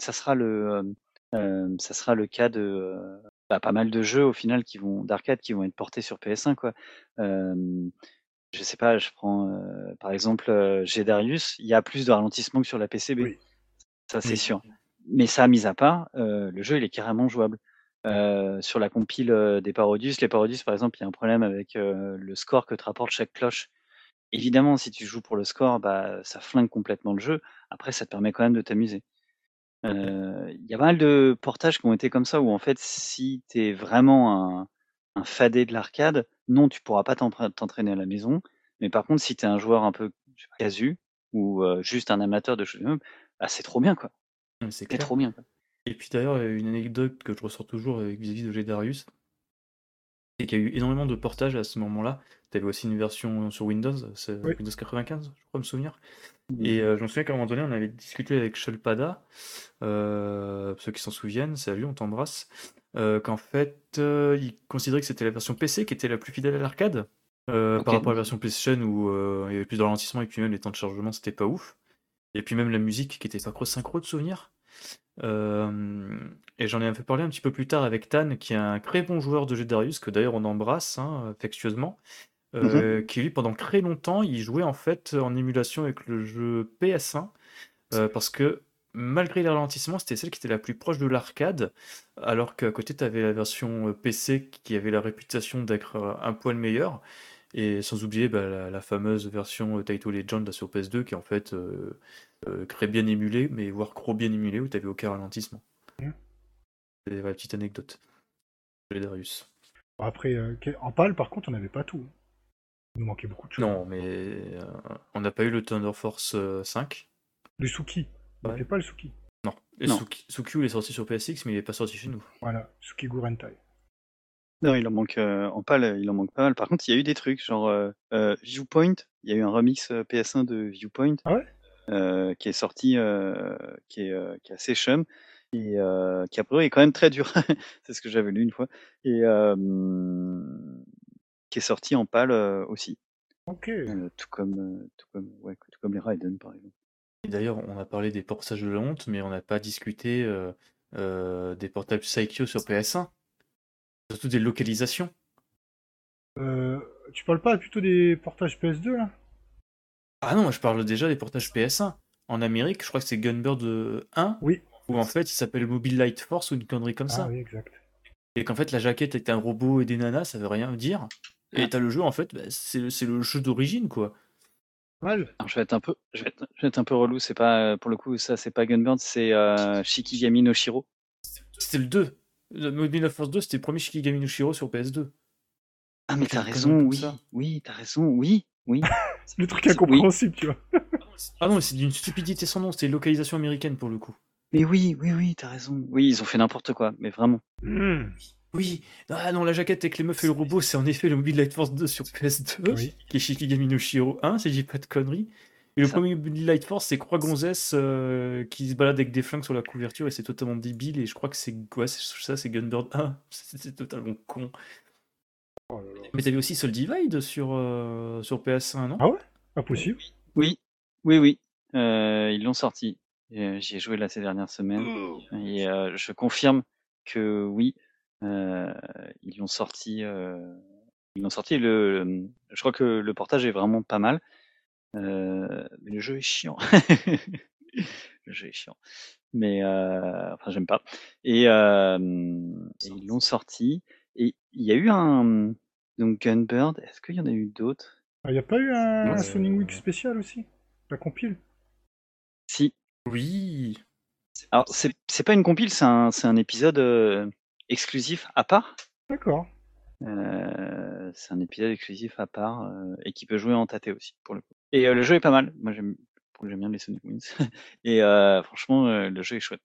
ça sera le cas de pas mal de jeux au final d'arcade qui vont être portés sur PS1, quoi. Euh, je sais pas, je prends par exemple G-Darius, il y a plus de ralentissement que sur la PCB,
Oui.
ça c'est
Oui.
sûr. Mais ça, mis à part, le jeu il est carrément jouable. Sur la compile des Parodius, les Parodius par exemple, il y a un problème avec le score que te rapporte chaque cloche. Évidemment, si tu joues pour le score, bah, ça flingue complètement le jeu. Après, ça te permet quand même de t'amuser. Il y a pas mal de portages qui ont été comme ça, où en fait, si tu es vraiment un fadé de l'arcade, non, tu pourras pas t'entraîner à la maison. Mais par contre, si tu es un joueur un peu je sais pas, casu ou juste un amateur de shoot'em up, bah, c'est trop bien, quoi.
Ouais, c'est
C'est
clair.
trop bien, quoi.
Et puis d'ailleurs, une anecdote que je ressors toujours vis-à-vis de G-Darius, c'est qu'il y a eu énormément de portages à ce moment-là. Tu avais aussi une version sur Windows, c'est
Oui.
Windows 95, je crois me souvenir.
Mmh.
Et je me souviens qu'à un moment donné, on avait discuté avec Shulpada, ceux qui s'en souviennent, salut, on t'embrasse, qu'en fait, il considérait que c'était la version PC qui était la plus fidèle à l'arcade,
Ok.
par rapport à la version PlayStation où il y avait plus de ralentissement et puis même les temps de chargement, c'était pas ouf. Et puis même la musique qui était pas cross-synchro de souvenir. Et j'en ai fait parler un petit peu plus tard avec Tan, qui est un très bon joueur de G-Darius, que d'ailleurs on embrasse hein, affectueusement,
Mhm.
qui lui pendant très longtemps il jouait en fait en émulation avec le jeu PS1, parce que malgré les ralentissements c'était celle qui était la plus proche de l'arcade, alors qu'à côté tu avais la version PC qui avait la réputation d'être un poil meilleure, et sans oublier bah, la fameuse version Taito Legend là, sur PS2 qui en fait très bien émulée, mais voire trop bien émulée, où tu n'avais aucun ralentissement.
Mhm.
C'est la petite anecdote de Darius.
Bon, après, en PAL, par contre, on n'avait pas tout. Il nous manquait beaucoup de choses.
Non, mais on n'a pas eu le Thunder Force 5.
Le Suki. Il
Ouais.
manquait pas le Suki.
Non. Et
Non.
Sukyu, il est sorti sur PSX, mais il n'est pas sorti chez nous.
Voilà, Suki Gurentai.
Non, il en manque en PAL, il en manque pas mal. Par contre, il y a eu des trucs, genre Viewpoint. Il y a eu un remix PS1 de Viewpoint
Ah ouais?
qui est sorti, qui est assez chum et qui après est quand même très dur. C'est ce que j'avais lu une fois et qui est sorti en PAL aussi,
Ok.
tout comme les Raiden par exemple.
Et d'ailleurs, on a parlé des portages de la honte, mais on n'a pas discuté des portages Psycho sur PS1. Surtout des localisations.
Euh, Tu parles pas plutôt des portages PS2 là?
Ah non, moi je parle déjà des portages PS1. En Amérique, je crois que c'est Gunbird 1,
Oui.
où en fait il s'appelle Mobile Light Force ou une connerie comme
Ah
ça.
oui, exact.
Et qu'en fait la jaquette est un robot et des nanas, ça veut rien dire.
Ah,
Et t'as le jeu en fait, bah, c'est le jeu d'origine quoi.
Mal.
alors je vais être un peu relou. C'est pas pour le coup ça, c'est pas Gunbird, c'est Shikigami no Shiro.
C'était le 2. Le Mobile Force 2, c'était le premier Shikigami no Shiro sur PS2.
Ah mais
Donc
t'as
une connerie
raison,
comme
oui,
ça.
oui, t'as raison, oui, oui,
Le truc
oui.
incompréhensible, tu vois.
Ah non, mais c'est d'une stupidité sans nom, c'était une localisation américaine pour le coup.
Mais oui, oui, oui, t'as raison. Oui, ils ont fait n'importe quoi, mais vraiment.
Oui, ah non, la jaquette avec les meufs et le robot, c'est en effet le Mobile Light Force 2 sur PS2,
Oui.
qui est Shikigami no Shiro 1, si je dis pas de conneries. Et le
Ça.
premier Mobile Light Force, c'est Croix Gonzesse qui se balade avec des flingues sur la couverture et c'est totalement débile. Et je crois que c'est ça, c'est Gunbird 1. C'est totalement con.
Oh là là.
Mais t'avais aussi Soul Divide sur PS1, non?
Ah ouais? Pas possible.
Oui, oui, oui. Ils l'ont sorti. J'y ai joué là ces dernières semaines. Et je confirme que oui, ils l'ont sorti. Ils l'ont sorti. Je crois que le portage est vraiment pas mal. Mais le jeu est chiant. Le jeu est chiant. Mais enfin, j'aime pas. Et ils l'ont sorti. Et il y a eu donc Gunbird. Est-ce qu'il y en a eu d'autres?
Il n'y a pas eu
Non,
un Sonic Week spécial aussi? La compile?
si.
Oui.
Alors, c'est pas une compile, c'est un épisode exclusif à part.
D'accord.
C'est un épisode exclusif à part et qui peut jouer en tâté aussi, pour le coup. Et le jeu est pas mal. Moi, j'aime bien les Sonic Wings. Et franchement, le jeu est chouette.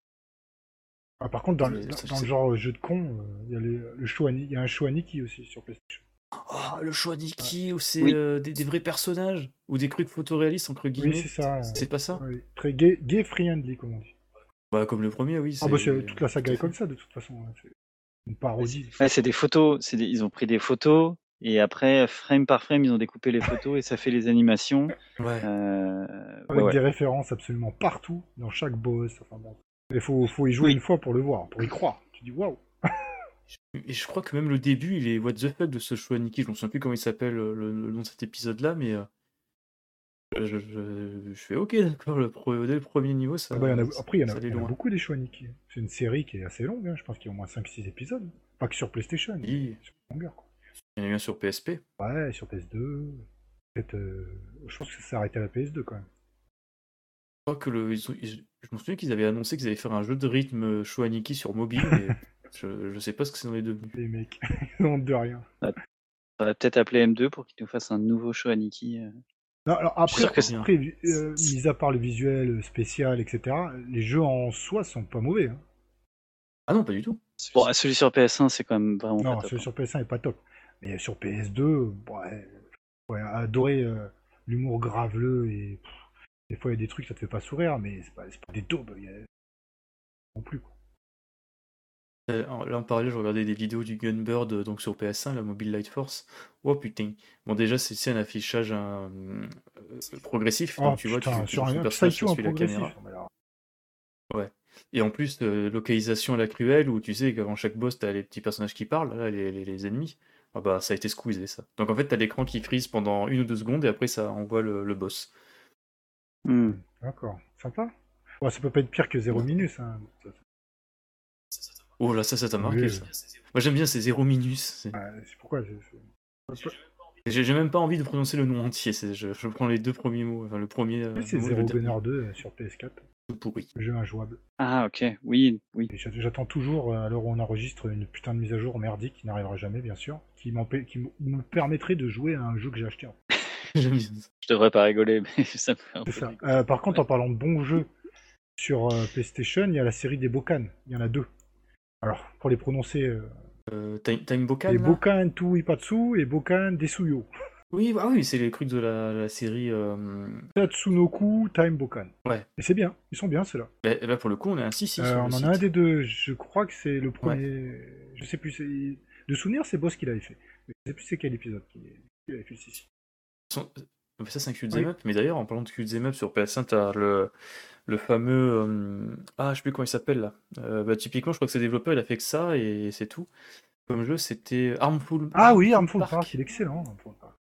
Ah, par contre,
Ça, je
dans le
sais.
genre jeu de con, il y a le il y a un choix Nikki aussi sur PlayStation.
Oh, le choix d'Iki, où c'est
Oui,
des vrais personnages, ou des trucs photoréalistes, entre
Oui,
guillemets.
c'est ça.
C'est pas ça?
Oui. Très gay friendly, comme on dit.
Bah, comme le premier, oui,
Ah bah
c'est.
toute la saga
Tout à
est comme
fait.
ça de toute façon, hein. C'est une
Ouais,
parodie.
c'est des photos, ils ont pris des photos et après, frame par frame, ils ont découpé les photos et ça fait les animations.
Ouais.
Ouais,
Avec
ouais.
des références absolument partout, dans chaque boss. Enfin bon. Il faut y jouer
Oui.
une fois pour le voir, pour y croire. Tu dis waouh.
Et je crois que même le début, il est what the fuck de ce Shoaniki. Je me souviens plus comment il s'appelle le nom de cet épisode-là, mais je fais ok, d'accord, dès le premier niveau,
Ah bah, après,
ça allait
il y en a
loin.
beaucoup des Shoaniki. C'est une série qui est assez longue, hein. Je pense qu'il y a au moins 5-6 épisodes. Pas que sur PlayStation, mais
Oui,
sur la longueur, quoi.
il y en a eu un sur PSP.
Ouais, sur PS2. Peut-être, je pense que ça s'est arrêté à la PS2 quand même.
Je crois que je me souviens qu'ils avaient annoncé qu'ils allaient faire un jeu de rythme Shoaniki sur mobile, mais je sais pas ce que c'est dans les devenu.
Les mecs, ils ont honte de rien.
On va peut-être appeler M2 pour qu'il nous fasse un nouveau show Aniki.
Non, alors
Je suis sûr que
après mis à part le visuel spécial, etc., les jeux en soi sont pas mauvais, hein.
Ah non, pas du tout.
bon, celui sur PS1, c'est quand même vraiment
Non,
pas top.
celui sur PS1 est pas top. Mais sur PS2, ouais, adorer l'humour graveleux et des fois il y a des trucs ça te fait pas sourire, mais c'est pas des daubes, non plus, quoi.
Là en parallèle, je regardais des vidéos du Gunbird donc sur PS1, la Mobile Light Force. Oh putain. Bon déjà c'est un affichage progressif,
Oh
donc tu vois,
putain,
tu
sur
joues son
un
personnage, ça
Psycho en
suit la
progressif.
caméra.
Mais alors,
Ouais. Et en plus, localisation à la cruelle, où tu sais qu'avant chaque boss, t'as les petits personnages qui parlent, là, les ennemis. Ah bah, ça a été squeezé, ça. Donc en fait, t'as l'écran qui freeze pendant 1 ou 2 secondes, et après, ça envoie le boss.
d'accord, sympa. Bon, ça peut pas être pire que Zero
Ouais.
Minus, hein.
Oh là, ça t'a marqué,
Oui,
ça. Moi, j'aime bien ces zéro minus.
c'est pourquoi
J'ai même pas envie de prononcer le nom entier, je prends les 2 premiers mots, enfin le premier
c'est
mot et le
Zero
dernier.
Gunner 2 sur PS4,
Tout pourri.
le jeu injouable.
Ah, ok, oui.
Et j'attends toujours, à l'heure où on enregistre, une putain de mise à jour merdique qui n'arrivera jamais, bien sûr, qui me permettrait de jouer à un jeu que j'ai acheté.
J'aime bien ça.
Je devrais pas rigoler, mais ça me fait un peu
C'est ça.
rigoler.
Par contre, en parlant de bons jeux sur PlayStation, il y a la série des Bokan. Il y en a 2. Alors, pour les prononcer,
Time Bokan,
les
là?
Bokan Tu Ipatsu et Bokan Desuyo.
Oui, bah oui, c'est les trucs de la série.
Tatsunoku Time Bokan.
Ouais.
Et c'est bien, ils sont bien ceux-là.
Bah, pour le coup, on a un 6 sur
On
le
en
site.
a un des deux, je crois que c'est le premier. Je sais plus, de souvenir, c'est Boss qui l'avait fait. Mais je sais plus c'est quel épisode qu'il avait fait le 6.
Ça, c'est un Q up, mais d'ailleurs, en parlant de Q up sur PS1, t'as le fameux. Ah, je sais plus comment il s'appelle là. Bah, typiquement, je crois que ce développeur, il a fait que ça et c'est tout. Comme jeu, c'était
Ah oui, Armful
Park.
Park, il est excellent. Armful Park.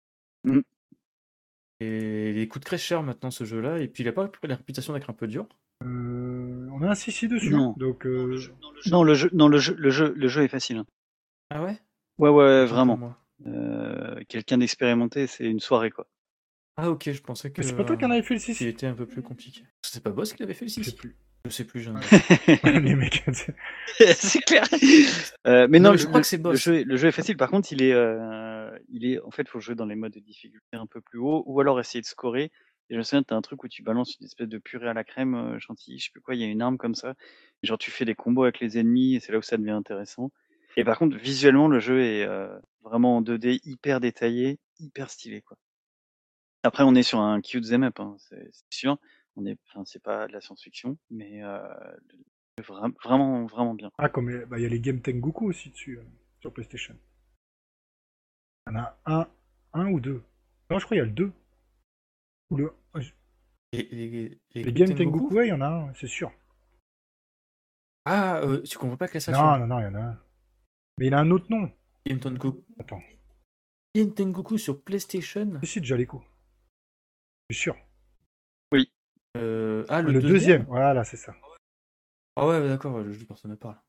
Et il coûte très cher maintenant ce jeu-là, et puis il a pas la réputation d'être un peu dur.
On a un CC dessus,
Non.
donc
Non, le jeu est facile. Hein.
Ah ouais?
Ouais,
Autant pour
vraiment.
moi.
Quelqu'un d'expérimenté, c'est une soirée, quoi.
Ah ok, je pensais que
mais c'est pas toi qui en avais fait le
qu'il
6.
était un peu plus compliqué. C'est pas Boss qui l'avait fait le
Je sais
6?
plus.
Je sais plus, j'en ai.
Les mecs.
C'est clair. Mais non,
je crois que c'est Boss.
le jeu est facile. Par contre, il est en fait, faut jouer dans les modes de difficulté un peu plus haut, ou alors essayer de scorer. Et je me souviens, t'as un truc où tu balances une espèce de purée à la crème chantilly, je sais plus quoi. Il y a une arme comme ça. Et genre, tu fais des combos avec les ennemis, et c'est là où ça devient intéressant. Et par contre, visuellement, le jeu est vraiment en 2D, hyper détaillé, hyper stylé, quoi. Après, on est sur un cute 'em up, hein, c'est sûr. C'est pas de la science-fiction, mais vraiment, vraiment bien.
Ah, comme il y a les Game Tengoku aussi dessus, sur PlayStation. Il y en a un ou deux. Non, je crois qu'il y a le 2. Ou le...
Les
Les Game Tengoku, ouais, il y en a un, c'est sûr.
Ah, tu comprends pas que la Saturn?
Non, il y en a un. Mais il a un autre nom.
Game Tengoku.
Attends.
Game Tengoku sur PlayStation?
C'est déjà l'écho. Je suis sûr.
Oui.
Le
Le deuxième, voilà, c'est ça.
Ah ouais, d'accord, je dis personne ne parle.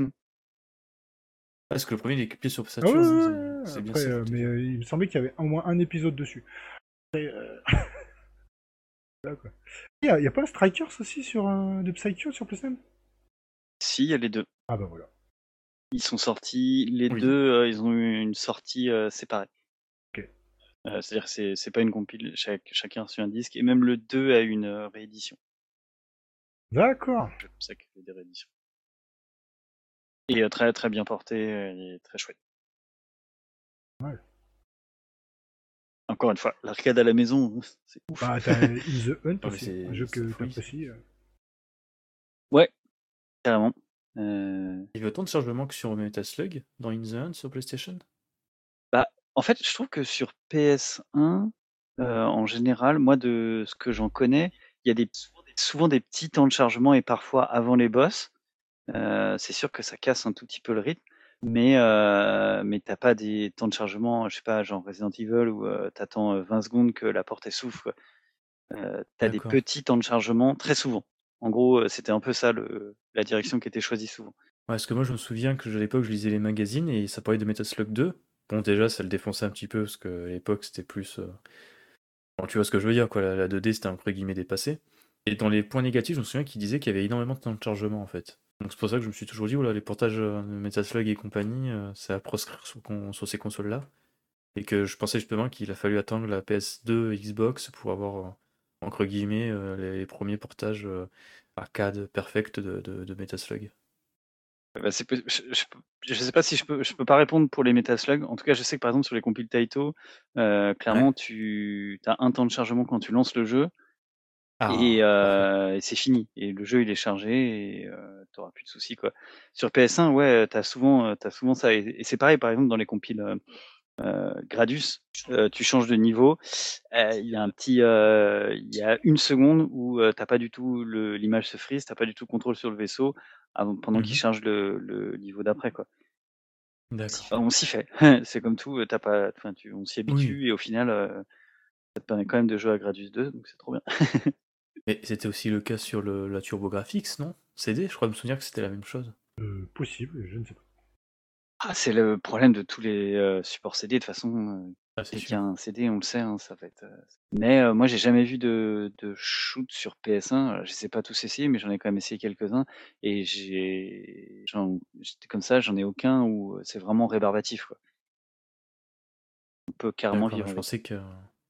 Parce que le premier il est équipé sur Saturn,
ouais,
c'est bien
après,
ça.
mais il me semblait qu'il y avait au moins un épisode dessus. Après, là, quoi. Il y a pas un Strikers aussi sur de Psycho sur PlayStation?
Si, il y a les deux.
Ah bah voilà.
Ils sont sortis, les
Oui.
deux, ils ont eu une sortie séparée.
Ok.
C'est-à-dire que c'est pas une compile, chacun a reçu un disque, et même le 2 a eu une réédition.
D'accord.
C'est comme ça qu'il fait des rééditions. Et très très bien porté, et très chouette.
Ouais.
Encore une fois, l'arcade à la maison, c'est ouf.
Bah t'as In the Hunt
mais
aussi,
c'est
un jeu que
fou,
t'apprécies.
Ouais, carrément. Euh,
Il y avait autant de chargement que sur Metal Slug dans In the Hunt sur PlayStation?
Bah, en fait, je trouve que sur PS1, en général, moi, de ce que j'en connais, il y a souvent des petits temps de chargement et parfois avant les boss. C'est sûr que ça casse un tout petit peu le rythme, mais t'as pas des temps de chargement, je sais pas, genre Resident Evil où t'attends 20 secondes que la porte elle s'ouvre, quoi. T'as des
D'accord.
petits temps de chargement très souvent. En gros, c'était un peu ça la direction qui était choisie souvent.
Ouais, parce que moi je me souviens que à l'époque je lisais les magazines et ça parlait de Metal Slug 2. Bon, déjà ça le défonçait un petit peu parce qu'à l'époque c'était plus. Bon, tu vois ce que je veux dire, quoi. La 2D c'était entre guillemets dépassé. Et dans les points négatifs, je me souviens qu'il disait qu'il y avait énormément de temps de chargement en fait. Donc c'est pour ça que je me suis toujours dit, voilà, les portages de Metal Slug et compagnie, c'est à proscrire sur ces consoles-là. Et que je pensais justement qu'il a fallu attendre la PS2 Xbox pour avoir, entre guillemets, les premiers portages arcade perfect de Metal Slug.
Bah, je sais pas si je peux pas répondre pour les Metal Slug. En tout cas, je sais que par exemple sur les compiles Taito,
Ouais.
clairement tu as un temps de chargement quand tu lances le jeu
Ah, parfait.
et c'est fini. Et le jeu il est chargé et t'auras plus de soucis quoi. Sur PS1, ouais, t'as souvent ça. Et c'est pareil par exemple dans les compiles Gradus, tu changes de niveau. Il y a il y a une seconde où t'as pas du tout l'image se freeze, t'as pas du tout contrôle sur le vaisseau pendant qu'il
Mhm.
charge le niveau d'après quoi.
D'accord.
On s'y fait. C'est comme tout, t'as pas, enfin, on s'y
Oui.
habitue et au final, ça te permet quand même de jouer à Gradius 2, donc c'est trop bien.
Mais c'était aussi le cas sur la TurboGrafx, non? CD, je crois me souvenir que c'était la même chose.
Possible, je ne sais pas.
Ah, c'est le problème de tous les supports CD. De toute façon,
Ah, c'est
dès qu'il y a
sûr.
un CD, on le sait, hein, ça va être. Mais moi, j'ai jamais vu de shoot sur PS1. Je sais pas tous essayer, mais j'en ai quand même essayé quelques-uns. Et j'étais comme ça, j'en ai aucun où c'est vraiment rébarbatif, quoi. On peut carrément
D'accord,
vivre
je
avec.
pensais que.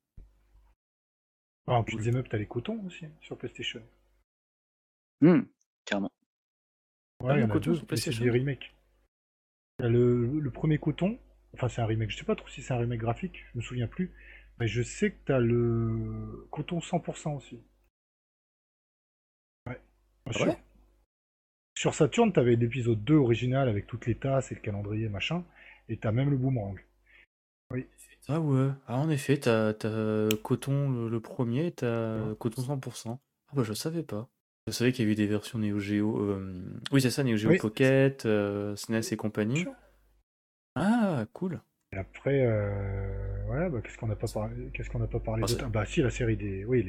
Ah, en
Cool.
beat'em up, t'as les cotons aussi, sur PlayStation.
Carrément.
Ah,
Ouais, il y
le
en a
coton
deux,
sur
mais c'est
PlayStation?
des remakes. Il y a le premier coton, enfin c'est un remake, je sais pas trop si c'est un remake graphique, je me souviens plus, mais je sais que t'as le coton 100% aussi. Ouais, bien
Ah
sûr.
ouais?
Sur Saturn, t'avais l'épisode 2 original avec toutes les tasses et le calendrier machin, et t'as même le boomerang. Oui,
Ah ouais. Ah, en effet, t'as Coton le premier et
tu vois.
t'as Coton 100%. Ah bah je savais pas. Je savais qu'il y avait eu des versions Neo Geo. Oui, c'est ça, Neo Geo
Oui,
Pocket, SNES et
bien
compagnie.
sûr.
Ah, cool.
Et après, voilà, bah, qu'est-ce qu'on n'a pas parlé
Ah,
d'autre? Ah, bah si, la série des... Oui,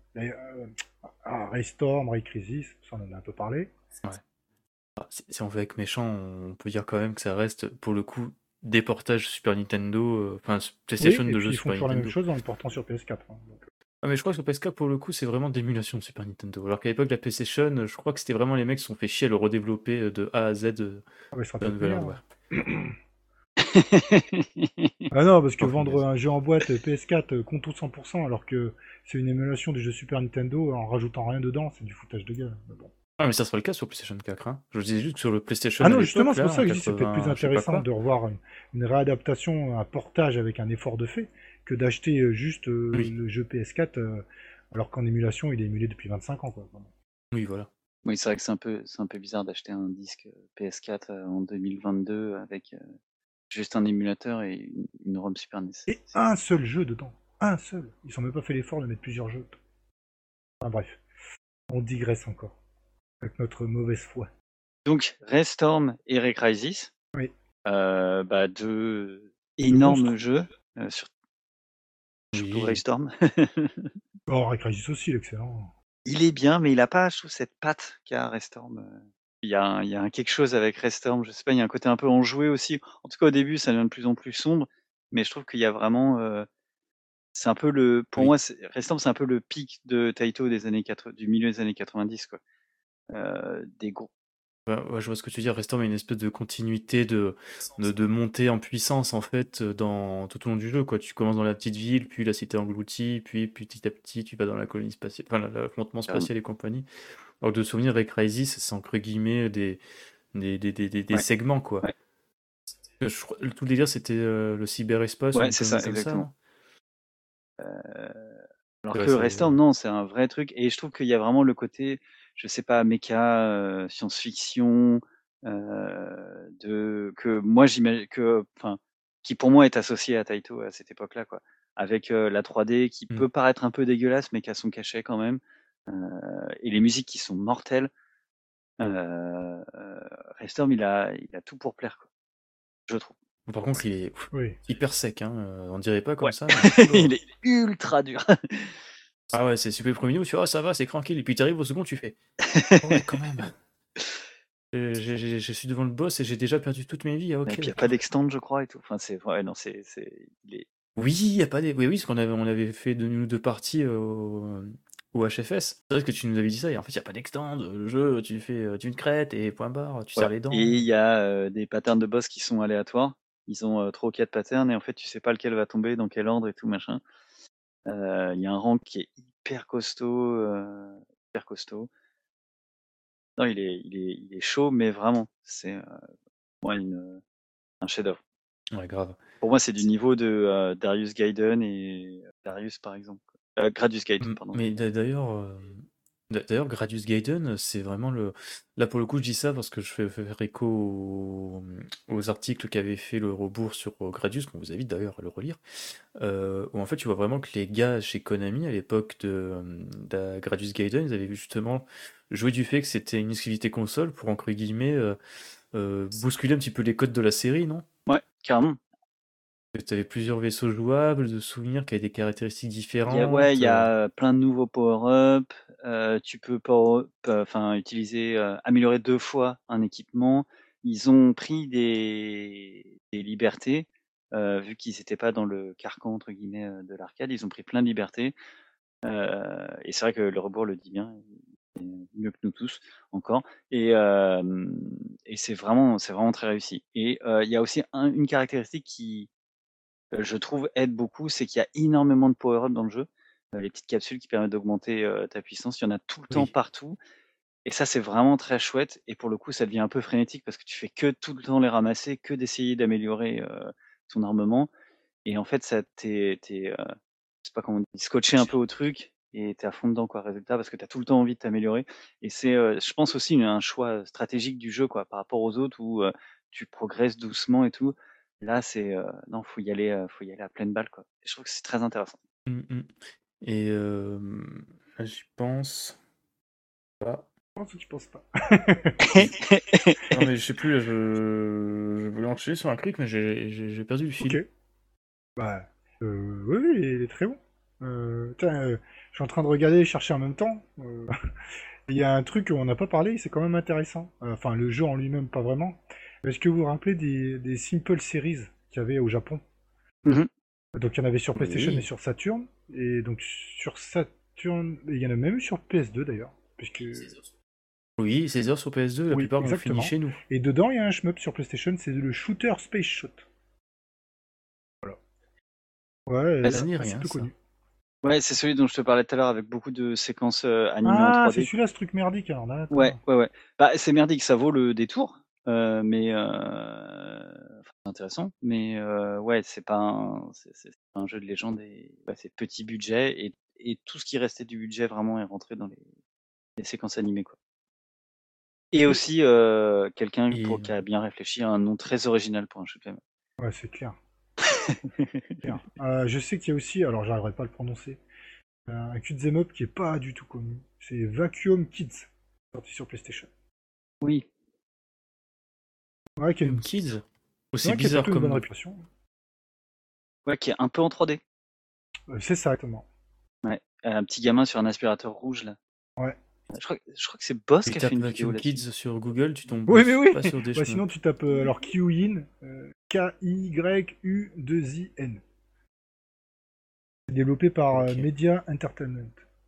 Ray Storm, Ray Crisis, ça on en a un peu parlé.
ouais. Ah, si on veut être méchant, on peut dire quand même que ça reste, pour le coup, des portages Super Nintendo, enfin
Oui,
PlayStation
et
de
puis
jeux
ils font
Super
toujours la même
Nintendo.
chose en le portant sur PS4, hein, donc.
Ah, mais je crois que le PS4, pour le coup, c'est vraiment d'émulation de Super Nintendo. Alors qu'à l'époque, la PlayStation, je crois que c'était vraiment les mecs qui se sont fait chier à le redévelopper de A à Z
Ah bah, il sera
d'un
peut-être
nouvel
meilleur,
hardware.
hein. Ah non, parce que
Oh,
vendre
punaise.
un jeu en boîte PS4 contre 100%, alors que c'est une émulation des jeux Super Nintendo en rajoutant rien dedans, c'est du foutage de gueule. Mais bon.
Ah, mais ça sera le cas sur PlayStation 4, hein. Je disais juste que sur le PlayStation
Ah
à
non, justement,
l'époque,
c'est pour
là,
ça
en
que je dis c'est peut-être plus
80, je sais pas
intéressant
quoi.
de revoir une réadaptation, un portage avec un effort de fait, que d'acheter juste
Oui,
le jeu PS4, alors qu'en émulation, il est émulé depuis 25 ans, quoi.
oui, voilà.
Oui, c'est vrai que c'est un peu bizarre d'acheter un disque PS4 en 2022 avec juste un émulateur et une ROM Super NES.
Et un seul jeu dedans. Un seul. Ils ont même pas fait l'effort de mettre plusieurs jeux. Enfin bref, on digresse encore, avec notre mauvaise foi.
Donc, Restorm et Ray Crysis,
Oui,
bah, deux
de
énormes
monstres.
jeux, surtout
Oui.
Raystorm.
Oh, Ray Crysis aussi, il est excellent.
Il est bien, mais il a pas, je trouve, cette patte qu'a Raystorm. Il y a quelque chose avec Raystorm, je sais pas, il y a un côté un peu enjoué aussi. En tout cas, au début, ça devient de plus en plus sombre, mais je trouve qu'il y a vraiment, c'est un peu pour
Oui.
moi, Raystorm, c'est un peu le pic de Taito du milieu des années 90, quoi. Des gros.
Ouais, ouais, je vois ce que tu veux dire. Restorm a une espèce de continuité de montée en puissance, en fait, dans, tout au long du jeu, quoi. Tu commences dans la petite ville, puis la cité engloutie, puis petit à petit, tu vas dans la colonie spatiale, enfin, l'affrontement
Carrément.
spatial et compagnie. Alors, de souvenir, Ray Crysis, c'est entre guillemets des
Ouais,
segments, quoi.
ouais,
Tout le délire, c'était le cyberespace ou
ouais,
une
c'est ça,
connerie comme ça,
exactement.
non?
Alors
Ouais,
que Raystorm, non, c'est un vrai truc, et je trouve qu'il y a vraiment le côté, je sais pas, méca, science-fiction, que moi j'imagine que, enfin, qui pour moi est associé à Taito à cette époque-là, quoi. Avec la 3D qui
Mm.
peut paraître un peu dégueulasse, mais qui a son cachet quand même, et les musiques qui sont mortelles. Raystorm, il a tout pour plaire, quoi, je trouve.
Par contre, il est
Oui.
hyper sec, hein. On dirait pas comme
Ouais,
ça, mais oula.
il est ultra dur.
Ah ouais, c'est super le premier niveau, tu vois, ça va, c'est tranquille. Et puis t'arrives au second, tu fais. Ouais, quand même. Je suis devant le boss et j'ai déjà perdu toute mes vies. Ah,
Et
ok,
puis il n'y a pas
d'accord.
d'extend, je crois, et tout. Enfin, ouais, non, il est.
Oui, y a pas des. Oui, oui, parce qu'on avait fait de nous deux parties au HFS. C'est vrai que tu nous avais dit ça, et en fait, il n'y a pas d'extend. Le jeu, tu fais une crête et point barre, tu
Ouais.
serres les
Et
dents.
il y a des patterns de boss qui sont aléatoires. Ils ont 3 ou 4 patterns, et en fait, tu sais pas lequel va tomber, dans quel ordre et tout, machin. Il y a un rank qui est hyper costaud. Hyper costaud. Non, il est chaud, mais vraiment, c'est ouais, un chef-d'œuvre.
Ouais, grave.
Pour moi, c'est du niveau de Darius Gaiden et Darius, par exemple. Gradius Gaiden, pardon.
Mais d'ailleurs, Gradius Gaiden, c'est vraiment le. Là, pour le coup, je dis ça parce que je fais faire écho aux articles qu'avait fait le Rebours sur Gradius, qu'on vous invite d'ailleurs à le relire. Où en fait, tu vois vraiment que les gars chez Konami, à l'époque de Gradius Gaiden, ils avaient justement joué du fait que c'était une exclusivité console pour, entre guillemets, bousculer un petit peu les codes de la série, non?
Ouais, carrément.
Tu avais plusieurs vaisseaux jouables, de souvenirs qui avaient des caractéristiques
Il
différentes.
y a plein de nouveaux power-up. Tu peux utiliser, améliorer 2 fois un équipement. Ils ont pris des libertés, vu qu'ils n'étaient pas dans le «carcan» entre guillemets, de l'arcade. Ils ont pris plein de libertés. Et c'est vrai que le rebours le dit bien, et mieux que nous tous encore. Et c'est vraiment très réussi. Et il y a aussi une caractéristique qui, je trouve, aide beaucoup, c'est qu'il y a énormément de power-up dans le jeu. Les petites capsules qui permettent d'augmenter ta puissance, il y en a tout le temps
Oui.
partout. Et ça, c'est vraiment très chouette. Et pour le coup, ça devient un peu frénétique parce que tu fais que tout le temps les ramasser, que d'essayer d'améliorer ton armement. Et en fait, ça je sais pas comment on dit, scotché un peu au truc, et t'es à fond dedans, quoi, résultat, parce que t'as tout le temps envie de t'améliorer. Et c'est, je pense aussi, un choix stratégique du jeu, quoi, par rapport aux autres où tu progresses doucement et tout. Là, c'est non, faut y aller à pleine balle, quoi. Et je trouve que c'est très intéressant.
Et là, j'y pense pas.
Je pense que tu penses pas.
Non, mais je sais plus, là, je voulais enchaîner sur un truc, mais j'ai perdu le fil.
Ok. Bah, oui, oui, il est très bon. Tiens, je suis en train de regarder et chercher en même temps. Il y a un truc on n'a pas parlé, c'est quand même intéressant. Enfin, le jeu en lui-même, pas vraiment. Est-ce que vous vous rappelez des Simple Series qu'il y avait au Japon?
Mhm.
Donc, il y en avait sur PlayStation et
Oui.
sur Saturn. Et donc, sur Saturn, il y en a même eu sur PS2 d'ailleurs. Puisque...
Oui, 16 heures sur PS2, la
Oui,
plupart l'ont fini
exactement.
chez nous.
Et dedans, il y a un shmup sur PlayStation, c'est le Shooter Space Shot. Voilà. Ouais,
Ouais,
Ça n'est
assez
rien,
peu
ça.
connu.
ouais, c'est celui dont je te parlais tout à l'heure avec beaucoup de séquences animées en
Ah, c'est
3D.
celui-là, ce truc merdique, alors, d'accord.
Ouais, ouais, ouais. Bah, c'est merdique, ça vaut le détour, mais c'est intéressant. Mais ouais, c'est pas un jeu de légende, et ouais, c'est petit budget, et tout ce qui restait du budget vraiment est rentré dans les séquences animées, quoi. Et
Et-
aussi quelqu'un
Et
qui a bien réfléchi à un nom très original pour un shoot'em up.
Ouais, c'est clair. Clair. Je sais qu'il y a aussi, alors j'arriverai pas à le prononcer, un Q''em up qui est pas du tout connu. C'est Vacuum Kids, sorti sur PlayStation.
Oui,
Ouais,
Young Kids. Oh, c'est
ouais, qui a
bizarre
plutôt une bonne
comme.
réputation.
ouais, qui est un peu en 3D.
C'est ça, exactement.
Ouais, un petit gamin sur un aspirateur rouge là.
Ouais.
Je crois que c'est Boss
Tu
qui a fait
tapes
une vidéo
Vacuum
là-dessus.
Kids sur Google, tu tombes
Oui, mais oui.
pas sur des
Bah,
chemins.
sinon, tu tapes alors Kyuin, K-Y-U-2-I-N. C'est développé par
Ok.
Media Entertainment.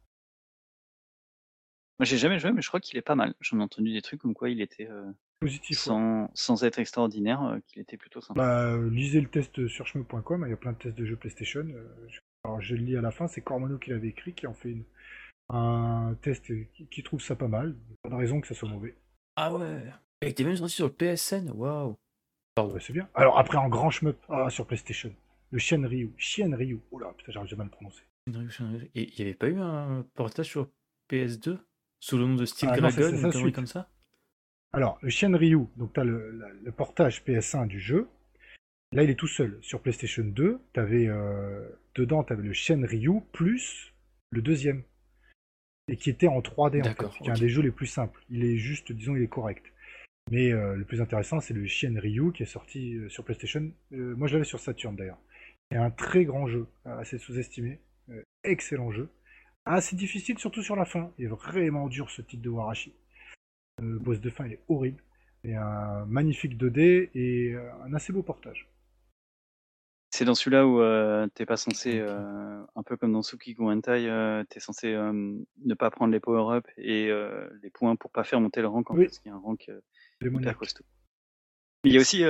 Moi, j'ai jamais joué, mais je crois qu'il est pas mal. J'en ai entendu des trucs comme quoi il était
Positif, ouais.
sans être extraordinaire, qu'il était plutôt sympa.
Bah, lisez le test sur shmup.com, il y a plein de tests de jeux PlayStation. Alors, je le lis à la fin, c'est Cormano qui l'avait écrit, qui en fait un test qui trouve ça pas mal. Pas de raison que ça soit mauvais.
Ah ouais. Et t'es même sorti sur le PSN, waouh. Pardon.
Ouais, c'est bien. Alors, après, en grand shmup, sur PlayStation, le Shenryu. Oula, putain, j'arrive jamais à le prononcer.
Et il n'y avait pas eu un portage sur PS2 Sous le nom de Steel
Ah non,
Dragon,
c'est
une
sa
connerie
suite.
comme ça?
Alors, le Shenryu, donc tu as le portage PS1 du jeu. Là, il est tout seul. Sur PlayStation 2, dedans, tu avais le Shenryu plus le deuxième. Et qui était en 3D en fait,
D'accord,
qui est un
ok.
des jeux les plus simples. Il est juste, disons, il est correct. Mais le plus intéressant, c'est le Shenryu qui est sorti sur PlayStation. Moi, je l'avais sur Saturn d'ailleurs. C'est un très grand jeu, assez sous-estimé. Excellent jeu. Assez difficile, surtout sur la fin. Il est vraiment dur ce titre de Warashi. Le boss de fin est horrible. Et un magnifique 2D et un assez beau portage.
C'est dans celui-là où t'es pas censé,
Ok.
un peu comme dans Tsukigo Hentai, t'es censé ne pas prendre les power-up et les points pour pas faire monter le rank en fait,
Oui,
parce qu'il y a un rank hyper
démoniaque.
costaud. Mais il y a aussi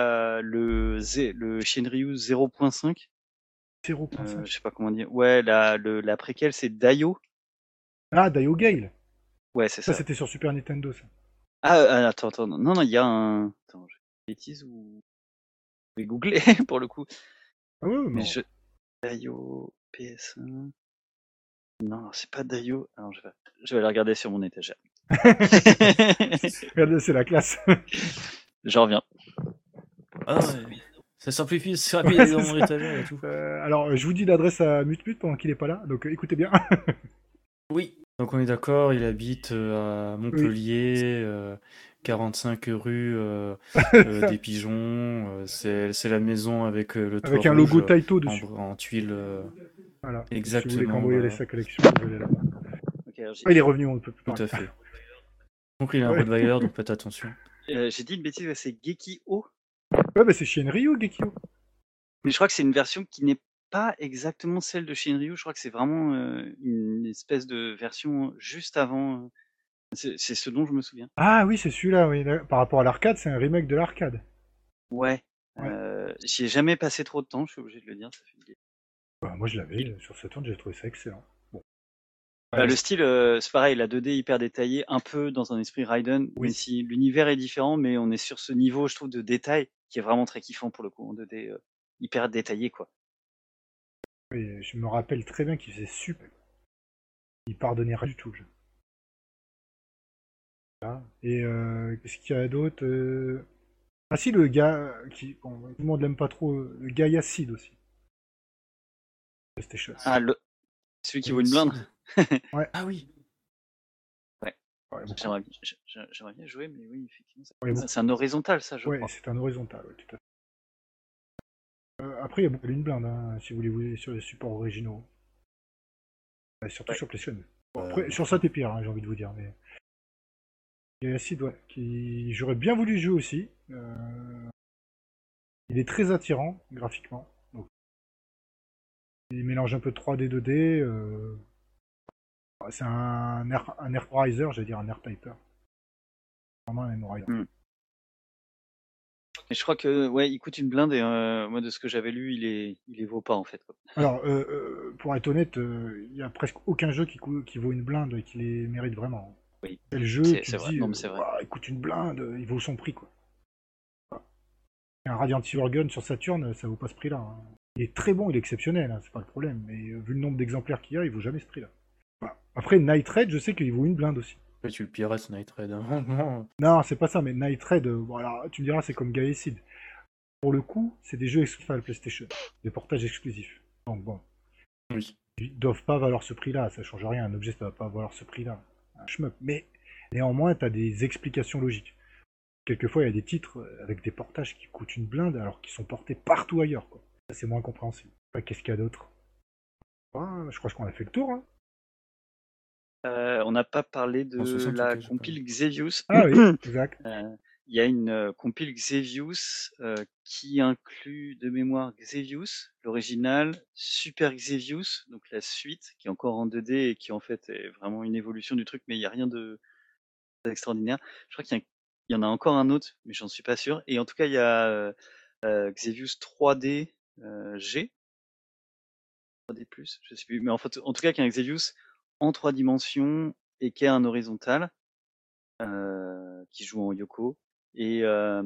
le Shenryu 0.5,
0.5.
je sais pas comment dire. Ouais, la préquelle c'est Daio.
Ah, Dio Gale.
Ouais, c'est
Ça,
ça.
c'était sur Super Nintendo, ça.
Attends, non, il y a un. Attends, je fais une bêtise ou. Je vais googler pour le coup.
Ah ouais,
Mais
non.
Daio PS1. Non, c'est pas Daio. Alors, je vais aller regarder sur mon étagère.
Regardez, c'est la classe.
Je reviens.
Ah ouais, ça simplifie, c'est rapide,
Ouais,
il est dans
c'est
mon
ça.
étagère et tout.
Alors, je vous dis l'adresse à Mutmut pendant qu'il est pas là, donc écoutez bien.
Oui. Donc on est d'accord, il habite à
Oui.
Montpellier, 45 rue des Pigeons. C'est la maison avec le toit
Avec un
rouge
logo Taito dessus.
en tuiles.
Voilà. Si vous voulez
Exactement,
cambrioler
voilà.
sa collection, vous allez là-bas.
Ok, alors
Ah, il est revenu, on ne peut plus
Tout
parler.
à fait. Donc il a un
Ouais,
Rottweiler, donc faites attention.
j'ai dit une bêtise, ouais, c'est Gekio.
ouais bah c'est Shenryu, Gekyo.
Mais je crois que c'est une version qui n'est pas exactement celle de Shinryu. Je crois que c'est vraiment une espèce de version juste avant. C'est ce dont je me souviens.
Ah oui, c'est celui-là, oui. Par rapport à l'arcade, c'est un remake de l'arcade.
Ouais.
Ouais.
J'y ai jamais passé trop de temps, je suis obligé de le dire. Ça fait
Bah, moi, je l'avais sur Saturn, j'ai trouvé ça excellent. Bon.
Le
Ouais,
style, c'est pareil, la 2D hyper détaillée, un peu dans un esprit Raiden, même
oui.
si l'univers est différent, mais on est sur ce niveau, je trouve, de détail qui est vraiment très kiffant pour le coup, en 2D hyper détaillé, quoi.
Oui, je me rappelle très bien qu'il faisait super. Il pardonnait rien du tout, le jeu. Voilà. Et qu'est-ce qu'il y a d'autre Ah si, le gars qui... Bon, tout le monde l'aime pas trop, le gars Yacide aussi. PlayStation.
Ah, celui qui vaut une blinde.
Acid.
Ouais.
Ah oui.
Ouais,
Ouais, beaucoup.
j'aimerais bien jouer, mais oui, effectivement.
Ouais, beaucoup.
C'est un horizontal, ça, je
Ouais,
crois.
c'est un horizontal, ouais, tout à fait. Après, il y a beaucoup d'une blinde, hein, si vous voulez, sur les supports originaux. Surtout
Ouais.
sur PlayStation. Bon, après, sur ça, t'es pire, hein, j'ai envie de vous dire. Mais... Il y a Yacide, ouais, qui... J'aurais bien voulu jouer aussi. Il est très attirant, graphiquement. Donc, il mélange un peu de 3D, 2D. C'est un Air Riser, j'allais dire un Air Typer. Vraiment un Air Riser.
Hmm. Mais je crois que, ouais, il coûte une blinde et moi, de ce que j'avais lu, il les vaut pas, en fait, quoi.
Alors, pour être honnête, il n'y a presque aucun jeu qui vaut une blinde et qui les mérite vraiment.
Oui,
Quel jeu, tu
c'est
te
vrai.
dis,
Non, mais c'est vrai.
Ouah, il coûte une blinde, il vaut son prix, quoi. Un Radiant Silvergun sur Saturn, ça vaut pas ce prix-là, hein. Il est très bon, il est exceptionnel, hein, c'est pas le problème, mais vu le nombre d'exemplaires qu'il y a, il vaut jamais ce prix-là. Voilà. Après, Night Raid, je sais qu'il vaut une blinde aussi.
Après, tu le pirates, Night Raid. Hein. Vraiment.
Non, c'est pas ça, mais Night Raid, voilà, tu me diras, c'est comme Gaecid. Pour le coup, c'est des jeux exclusifs à la PlayStation, des portages exclusifs. Donc bon,
Oui.
ils doivent pas valoir ce prix-là, ça change rien, un objet ça va pas valoir ce prix-là. Un shmup. Mais néanmoins, t'as des explications logiques. Quelquefois, il y a des titres avec des portages qui coûtent une blinde alors qu'ils sont portés partout ailleurs, quoi. Ça, c'est moins compréhensible. Qu'est-ce qu'il y a d'autre? Je crois qu'on a fait le tour, hein.
On n'a pas parlé
En
de
60,
la
ok, j'ai pas.
compile Xevious.
Ah oui, exact.
Il y a une compile Xevious qui inclut de mémoire Xevious, l'original, Super Xevious, donc la suite, qui est encore en 2D et qui en fait est vraiment une évolution du truc, mais il n'y a rien d'extraordinaire. Je crois il y en a encore un autre, mais j'en suis pas sûr. Et en tout cas, il y a Xevious 3D G, 3D+, je sais plus. Mais en fait, en tout cas, qui est un Xevious en 3 dimensions et qui est un horizontal, qui joue en Yoko. Et,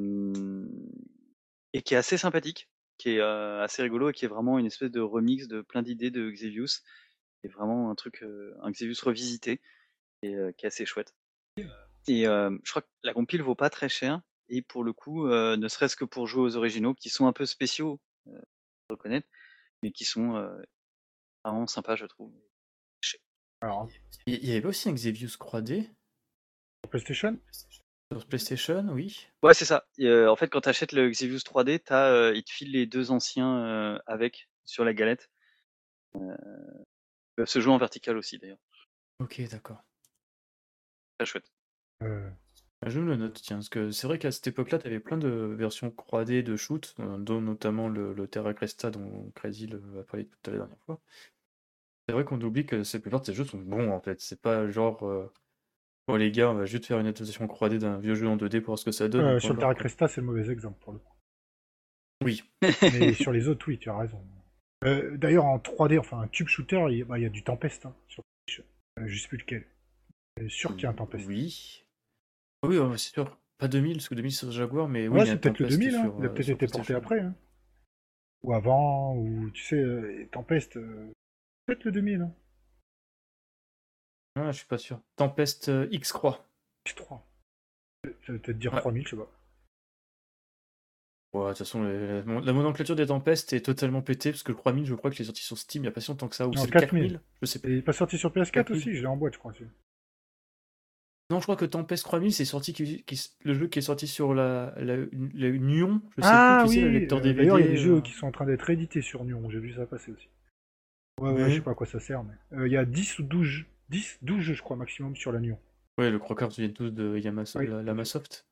et qui est assez sympathique, qui est assez rigolo et qui est vraiment une espèce de remix de plein d'idées de Xevious. C'est vraiment un truc, un Xevious revisité. et qui est assez chouette. Et je crois que la compile vaut pas très cher. Et pour le coup, ne serait-ce que pour jouer aux originaux, qui sont un peu spéciaux, faut reconnaître, mais qui sont vraiment sympas, je trouve.
Alors,
Il y avait pas aussi un Xevious 3D
sur PlayStation,
sur PlayStation, oui.
Ouais, c'est ça. Et, en fait, quand tu achètes le Xevious 3D, il te file les deux anciens avec sur la galette. Ils peuvent se jouer en vertical aussi, d'ailleurs.
Ok, d'accord.
Très chouette.
Je me le note, tiens, parce que c'est vrai qu'à cette époque-là, tu avais plein de versions 3D de shoot, dont notamment le Terra Cresta dont Crazy a parlé tout à la dernière fois. C'est vrai qu'on oublie que la plupart de ces jeux sont bons en fait. C'est pas genre, bon les gars, on va juste faire une adaptation 3D d'un vieux jeu en 2D pour voir ce que ça donne, et point
sur le
barre,
Terra
quoi.
Cresta, c'est le mauvais exemple pour le coup.
Oui.
Mais sur les autres, oui, tu as raison. D'ailleurs, en 3D, enfin un tube shooter, il y a du Tempest sur PlayStation. Je sais plus lequel. Je suis sûr qu'il y a un Tempest.
Oui. Oui, ouais, c'est sûr. Pas 2000, parce que 2000 c'est sur Jaguar, mais oui,
Ouais,
il y a
c'est
un
peut-être le
Tempest
2000, hein. Il a peut-être
sur
été porté
PlayStation.
après. Hein. Ou avant, ou tu sais, Tempest, peut-être le 2000. Hein.
Ah, je suis pas sûr. Tempest X, croix.
X3. Ça veut peut-être dire
Ouais.
3000, je sais pas.
Ouais, de toute façon, la nomenclature des Tempest est totalement pétée, parce que le 3000, je crois que les sorties sur Steam il y a pas si longtemps que ça, ou
Non,
c'est le
4000.
4000, je sais pas.
Il est pas sorti sur PS4
4000.
aussi, je l'ai en boîte, je crois. Aussi.
Non, je crois que Tempest 3000, c'est sorti le jeu qui est sorti sur la Union, je sais plus,
Ah
tu sais, le
oui,
lecteur
d'ailleurs, il y a des
DVD.
jeux qui sont en train d'être édités sur Nyon, j'ai vu ça passer aussi. Ouais, je sais
Ouais.
pas à quoi ça sert, mais. Il y a 10 ou 12, 12 jeux, je crois, maximum sur la Nyon.
Ouais, le Crocard viennent tous de
Oui.
Lamasoft.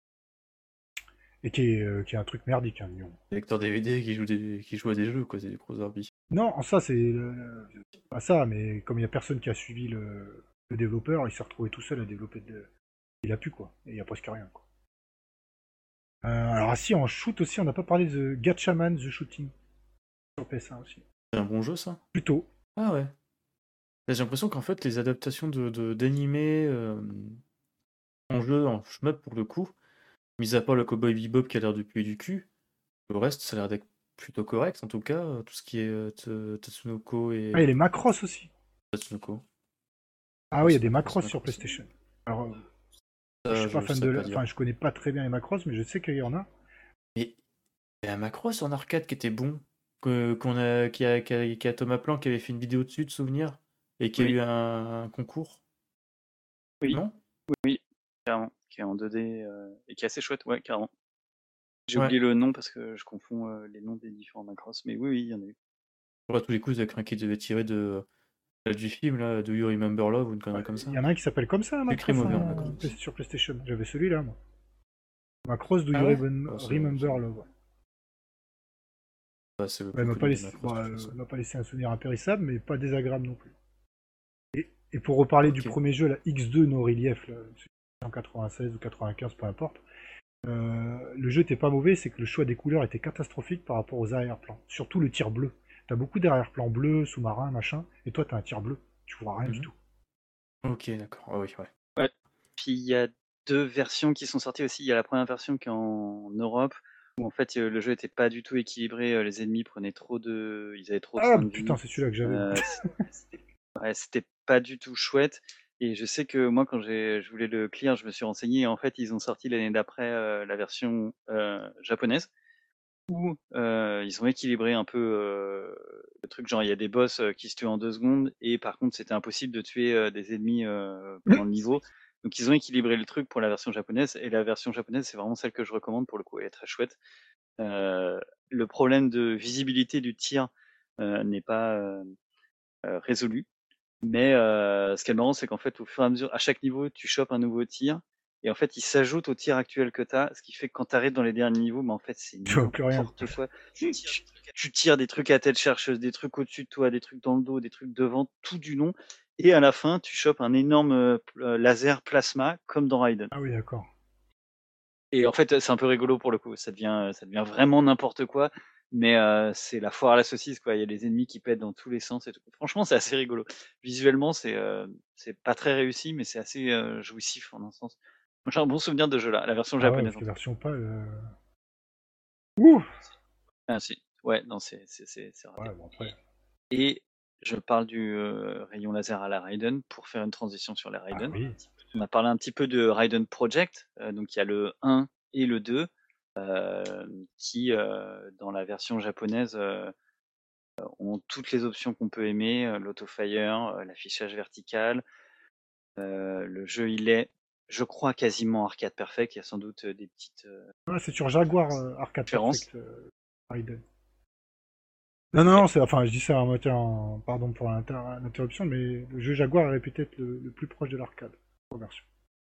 Et qui est un truc merdique, hein, Nyon.
Le lecteur DVD qui joue à des jeux, quoi, c'est des gros arbis.
Non, ça, c'est pas ça, mais comme il y a personne qui a suivi le développeur, il s'est retrouvé tout seul à développer il a pu, quoi. Et il y a presque rien, quoi. Alors, si, en shoot aussi, on n'a pas parlé de Gatchaman The Shooting sur PS1 aussi.
C'est un bon jeu, ça?
Plutôt.
Ah ouais. J'ai l'impression qu'en fait, les adaptations d'animés en jeu, en shmup pour le coup, mis à part le Cowboy Bebop qui a l'air du puer du cul, le reste, ça a l'air d'être plutôt correct, en tout cas, tout ce qui est Tatsunoko
Ah, il y a
et
les Macross aussi.
Tatsunoko.
Ah oui, il y a des Macross sur PlayStation. Alors, je
Ça,
suis pas
je
fan
sais
de.
pas dire.
Enfin, je connais pas très bien les Macross, mais je sais qu'il y en a.
Mais il y a un Macross en arcade qui était bon, qui a Thomas Plan qui avait fait une vidéo dessus de souvenirs, et qui a
Oui.
eu un concours.
Oui.
Non?
Oui, carrément. Qui est en 2D et qui est assez chouette, ouais, carrément. J'ai
Ouais.
oublié le nom parce que je confonds les noms des différents Macross, mais oui, il y en a eu.
À tous les coups, vous avez craint qu'il devait tirer du film, là, Do You Remember Love, ou une connerie comme ça.
Il y en a un qui s'appelle comme ça,
Écrit
Macross,
mauvais en
hein,
Macross.
sur PlayStation. J'avais celui-là, moi. Macross, Do
Ah
You
ouais?
Remember Love.
C'est le
Ouais,
plus connu des Macross, de toute façon.
m'a pas laissé un souvenir impérissable, mais pas désagréable non plus. Et pour reparler du
Ok.
premier jeu, la X2 No Relief, là, en 96 ou 95, peu importe, le jeu était pas mauvais, c'est que le choix des couleurs était catastrophique par rapport aux arrière-plans. Surtout le tir bleu. T'as beaucoup d'arrière-plans bleus, sous-marins, machin, et toi t'as un tir bleu. Tu vois rien du
Mhm.
tout.
Ok, d'accord. Ah oui, ouais.
Ouais. Puis il y a deux versions qui sont sorties aussi. Il y a la première version qui est en Europe, où en fait le jeu était pas du tout équilibré. Les ennemis prenaient ils avaient trop de
Ah
points de
putain,
vie.
c'est celui-là que j'avais. moi.
Ouais, c'était pas du tout chouette. Et je sais que moi, quand je voulais le clear, je me suis renseigné. Et en fait, ils ont sorti l'année d'après la version japonaise, où ils ont équilibré un peu le truc. Genre, il y a des boss qui se tuent en 2 secondes, et par contre, c'était impossible de tuer des ennemis pendant le niveau. Donc, ils ont équilibré le truc pour la version japonaise. Et la version japonaise, c'est vraiment celle que je recommande pour le coup. Elle est très chouette. Le problème de visibilité du tir n'est pas résolu. Mais ce qui est marrant, c'est qu'en fait, au fur et à mesure, à chaque niveau, tu chopes un nouveau tir. Et en fait, il s'ajoute au tir actuel que tu as, ce qui fait que quand tu arrives dans les derniers niveaux, mais en fait, c'est
Tu vois plus rien.
n'importe quoi. Tu tires des trucs à tête chercheuse, des trucs au-dessus de toi, des trucs dans le dos, des trucs devant, tout du long. Et à la fin, tu chopes un énorme laser plasma, comme dans Raiden.
Ah oui, d'accord.
Et en fait, c'est un peu rigolo pour le coup. Ça devient vraiment n'importe quoi. Mais c'est la foire à la saucisse, quoi. Il y a les ennemis qui pètent dans tous les sens et tout. Franchement, c'est assez rigolo. Visuellement, c'est pas très réussi, mais c'est assez jouissif en un sens. Moi, j'ai un bon souvenir de ce jeu-là, la version
Ah ouais,
japonaise.
parce que version pas. Ouh.
Ah si. Ouais, non, c'est
Ouais,
raté.
bon après.
Et je parle du rayon laser à la Raiden pour faire une transition sur les
Ah
Raiden.
oui.
On a parlé un petit peu de Raiden Project, donc il y a le 1 et le 2 qui, dans la version japonaise, ont toutes les options qu'on peut aimer, l'autofire, l'affichage vertical. Le jeu, il est, je crois, quasiment arcade perfect. Il y a sans doute des petites
Ah, c'est sur Jaguar Arcade
différences.
Perfect Raiden. Non, non,
Ok.
non, enfin, je dis ça pardon pour l'interruption, mais le jeu Jaguar est réputé être le plus proche de l'arcade, version.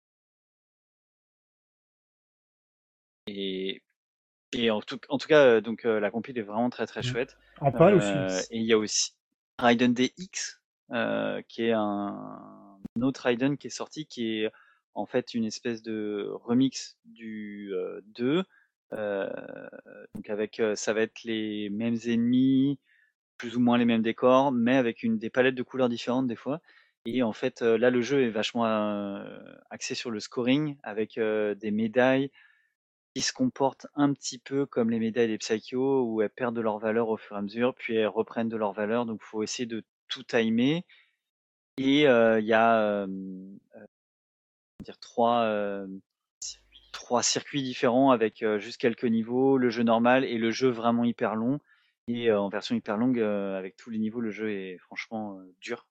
Et, et en tout cas, donc la compile est vraiment très très
Mm.
chouette.
En PAL aussi.
Et il y a aussi Raiden DX, qui est un autre Raiden qui est sorti, qui est en fait une espèce de remix du 2. Euh, donc avec, ça va être les mêmes ennemis, plus ou moins les mêmes décors, mais avec des palettes de couleurs différentes des fois. Et en fait, là, le jeu est vachement axé sur le scoring, avec des médailles qui se comportent un petit peu comme les médailles des Psycho, où elles perdent de leur valeur au fur et à mesure, puis elles reprennent de leur valeur. Donc, il faut essayer de tout timer. Et il y a dire trois circuits différents avec juste quelques niveaux, le jeu normal et le jeu vraiment hyper long. Et en version hyper longue, avec tous les niveaux, le jeu est franchement dur.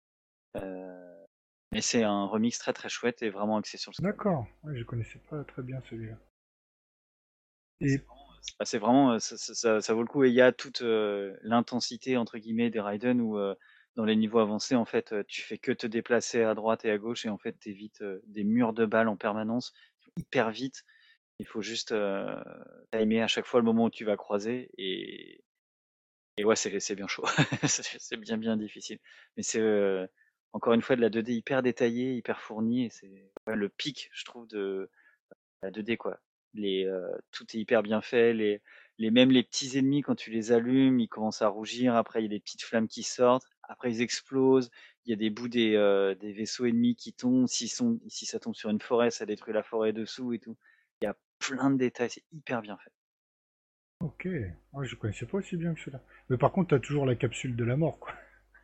Mais c'est un remix très très chouette et vraiment axé sur le scoring.
D'accord. Ouais, je connaissais pas très bien celui-là. Et
C'est vraiment, ça vaut le coup. Et il y a toute l'intensité entre guillemets des Raiden où dans les niveaux avancés, en fait, tu fais que te déplacer à droite et à gauche et en fait, t'évites des murs de balles en permanence, hyper vite. Il faut juste timer à chaque fois le moment où tu vas croiser et ouais, c'est bien chaud. C'est bien bien difficile. Mais c'est encore une fois de la 2D hyper détaillée, hyper fournie et c'est ouais, le pic, je trouve, de la 2D quoi. Tout est hyper bien fait. Même les petits ennemis quand tu les allumes, ils commencent à rougir. Après, il y a des petites flammes qui sortent. Après, ils explosent. Il y a des bouts des vaisseaux ennemis qui tombent. Si ça tombe sur une forêt, ça détruit la forêt dessous et tout. Il y a plein de détails. C'est hyper bien fait.
ok. Ouais, je connaissais pas aussi bien que celui-là. Mais par contre, t'as toujours la capsule de la mort, quoi.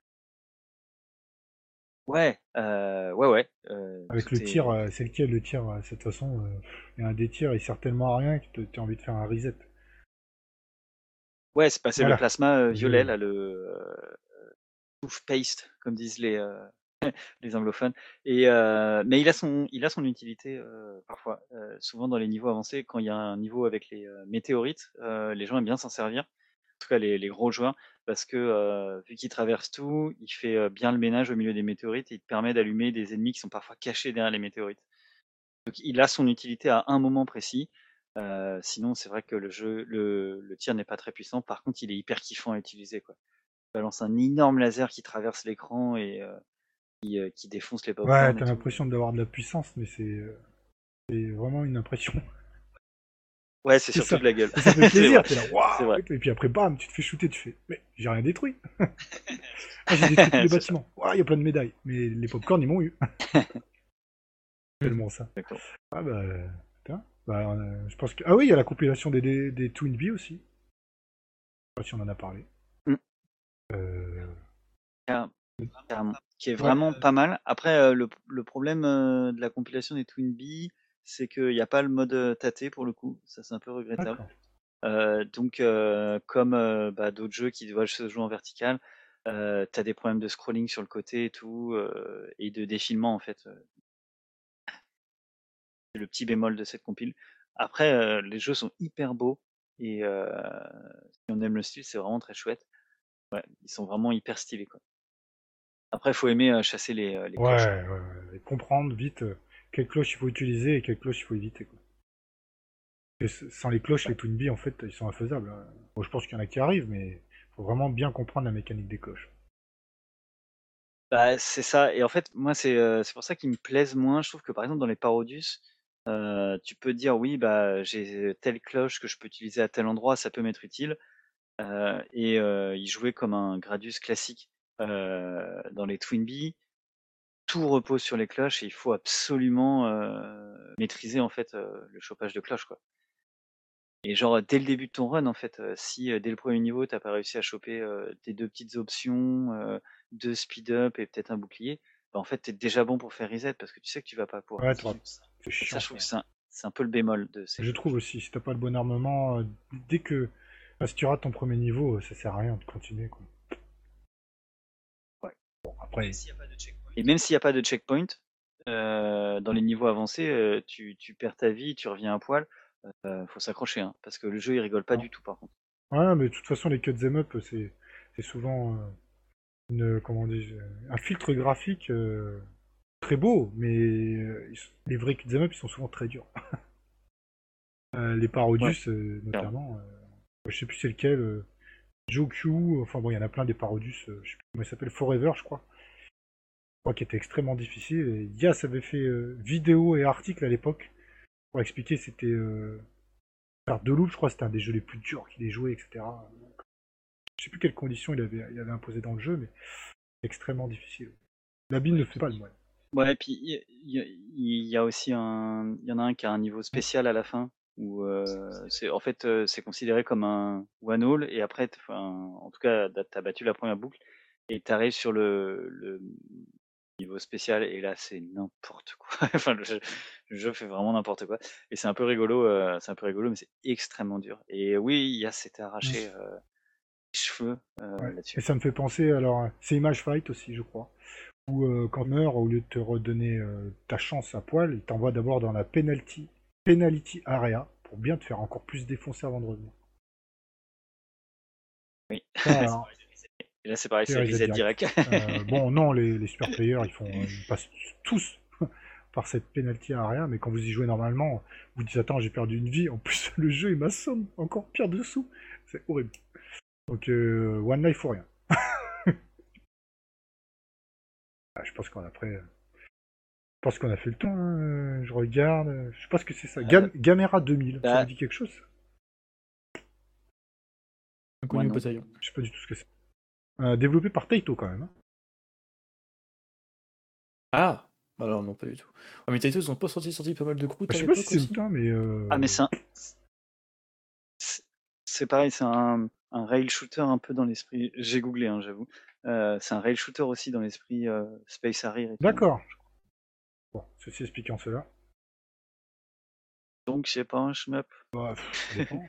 Ouais, ouais, ouais.
Avec le tir, c'est lequel le tir de toute façon, il y a un des tirs, il sert tellement à rien que t'as envie de faire un reset.
Ouais, c'est le
Voilà.
plasma violet
Je...
là, le toothpaste, comme disent les anglophones. Mais il a son utilité parfois. Souvent dans les niveaux avancés, quand il y a un niveau avec les météorites, les gens aiment bien s'en servir. En tout cas, les gros joueurs, parce que vu qu'il traverse tout, il fait bien le ménage au milieu des météorites et il te permet d'allumer des ennemis qui sont parfois cachés derrière les météorites. Donc il a son utilité à un moment précis. Sinon, c'est vrai que le tir n'est pas très puissant. Par contre, il est hyper kiffant à utiliser, quoi. Il balance un énorme laser qui traverse l'écran et qui défonce les
Ouais,
popcorn et
t'as
tout.
l'impression d'avoir de la puissance, mais c'est vraiment une impression.
Ouais, c'est
C'est
surtout
ça.
de la gueule.
Et ça fait
C'est vrai.
plaisir, t'es là,
C'est
waouh!
vrai.
Et puis après, bam, tu te fais shooter, tu fais, mais j'ai rien détruit. Ah, j'ai détruit tous les
C'est ça.
bâtiments. Waouh, il y a plein de médailles. Mais les popcorn, ils m'ont eu. Tellement ça.
Exactement.
Ah bah, putain. Bah, je pense que... Ah oui, il y a la compilation des Twin Bee aussi. Je sais pas si on en a parlé.
Mm.
Euh...
Car- Carrément. Qui est
Ouais,
vraiment pas mal. Après, le problème de la compilation des Twin Bee, c'est qu'il n'y a pas le mode tâté pour le coup. Ça, c'est un peu regrettable.
d'accord.
Donc, comme bah, d'autres jeux qui doivent se jouer en vertical, t'as des problèmes de scrolling sur le côté et tout, et de défilement en fait. C'est le petit bémol de cette compile. Après, les jeux sont hyper beaux et si on aime le style, c'est vraiment très chouette. Ouais, ils sont vraiment hyper stylés quoi. Après, il faut aimer chasser les
Ouais,
cloches, hein.
ouais, ouais. Et comprendre vite quelle cloche il faut utiliser et quelle cloche il faut éviter, quoi. Et sans les cloches, les Twin Bee, en fait, ils sont infaisables, hein. Bon, je pense qu'il y en a qui arrivent, mais faut vraiment bien comprendre la mécanique des cloches.
Bah, c'est ça. Et en fait, moi, c'est pour ça qu'ils me plaisent moins. Je trouve que par exemple, dans les Parodius, tu peux dire oui, bah, j'ai telle cloche que je peux utiliser à tel endroit, ça peut m'être utile. Et y jouer comme un Gradius classique. Dans les Twin Bee, tout repose sur les cloches et il faut absolument maîtriser en fait le chopage de cloches quoi. Et genre, dès le début de ton run, en fait, si dès le premier niveau, t'as pas réussi à choper tes deux petites options, 2 speed up et peut-être un bouclier, bah, en fait, t'es déjà bon pour faire reset parce que tu sais que tu vas pas pouvoir
Ouais,
continuer.
c'est
Et ça,
chiant
je trouve
ça.
que c'est un peu le bémol de ces
Je
jeux.
trouve aussi, si t'as pas le bon armement, dès que. Bah, si tu rates ton premier niveau, ça sert à rien de continuer, quoi.
Ouais.
Bon, après.
Et même s'il y a pas de checkpoint, dans les niveaux avancés, tu perds ta vie, tu reviens à poil, faut s'accrocher, hein, parce que le jeu, il rigole pas
Non.
du tout, par contre.
Ouais, mais de toute façon, les cut 'em up, c'est souvent comment on dit, un filtre graphique très beau, mais les vrais cut 'em up, ils sont souvent très durs. Les
Ouais,
Parodius,
clairement.
notamment, je sais plus c'est lequel, Joe, enfin bon, il y en a plein des Parodius, je sais plus comment il s'appelle, Forever, je crois. Je crois qu'il était extrêmement difficile. Et Yas avait fait vidéo et article à l'époque pour expliquer c'était faire de loop, je crois que c'était un des jeux les plus durs qu'il ait joué, etc. Je sais plus quelles conditions il avait imposé dans le jeu, mais extrêmement difficile. La bille ne fait pas le moine.
Ouais, et puis il y a aussi il y en a un qui a un niveau spécial à la fin où c'est considéré comme un one all et après, enfin, en tout cas, t'as battu la première boucle et t'arrives sur le niveau spécial et là c'est n'importe quoi. Enfin, le jeu fait vraiment n'importe quoi et c'est un peu rigolo, mais c'est extrêmement dur. Et oui, il y a s'était arraché les cheveux
Ouais. Et
là-dessus.
ça me fait penser, alors, c'est Image Fight aussi, je crois, où quand tu meurs, au lieu de te redonner ta chance à poil, il t'envoie d'abord dans la penalty area pour bien te faire encore plus défoncer avant de revenir.
Oui.
Ça,
Et là c'est pareil,
c'est
c'est
reset
reset
direct.
direct.
Bon, non, les super players, ils passent tous par cette penalty area, mais quand vous y jouez normalement, vous dites attends, j'ai perdu une vie, en plus le jeu il m'assomme encore pire dessous, c'est horrible. Donc One Life ou rien. Ah, je pense qu'on a fait, je pense qu'on a fait le temps, hein. Je regarde, je sais pas ce que c'est ça. Gamera 2000, ça vous
Là,
dit quelque chose?
moi
Inconnu au
non.
bataillon.
Je sais pas du tout ce que c'est. Développé par Taito quand même, hein.
Ah! Bah alors non, pas du tout. Ouais, mais Taito, ils ont pas sorti pas mal de croûtes
Je
à
sais pas si
l'époque
c'est le
aussi?
cas, mais
Ah mais c'est pareil, c'est un rail shooter un peu dans l'esprit. J'ai googlé, hein, j'avoue. C'est un rail shooter aussi dans l'esprit Space Harrier et tout, hein,
d'accord. Bon, ceci expliquant cela.
donc c'est pas un shmup.
Bah, ça dépend.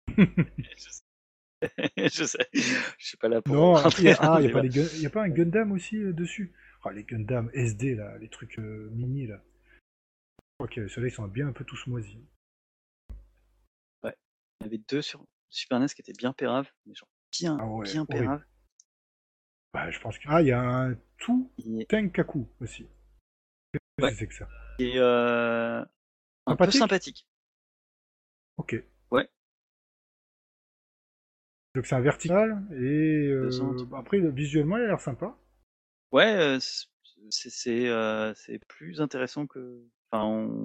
Je sais, je suis pas là pour
Non, après,
rentrer dans
il
le
y a pas
débat.
y a pas un Gundam aussi dessus? Ah, les Gundam SD, là, les trucs mini, là. Je crois que ceux-là, ils sont bien un peu tous moisis.
Ouais. Il y en avait deux sur Super NES qui étaient bien péraves, mais genre bien,
Ah ouais,
bien
horrible.
péraves.
Bah, je pense que... Ah, il y a un tout
Et,
Tenkaku aussi. Qu'est-ce
ouais.
que c'est que ça?
Et un peu
Sympathique?
sympathique.
Ok.
Ouais.
Donc c'est un vertical, et
Pesante.
après, visuellement, il a l'air sympa.
Ouais, c'est plus intéressant que. Enfin,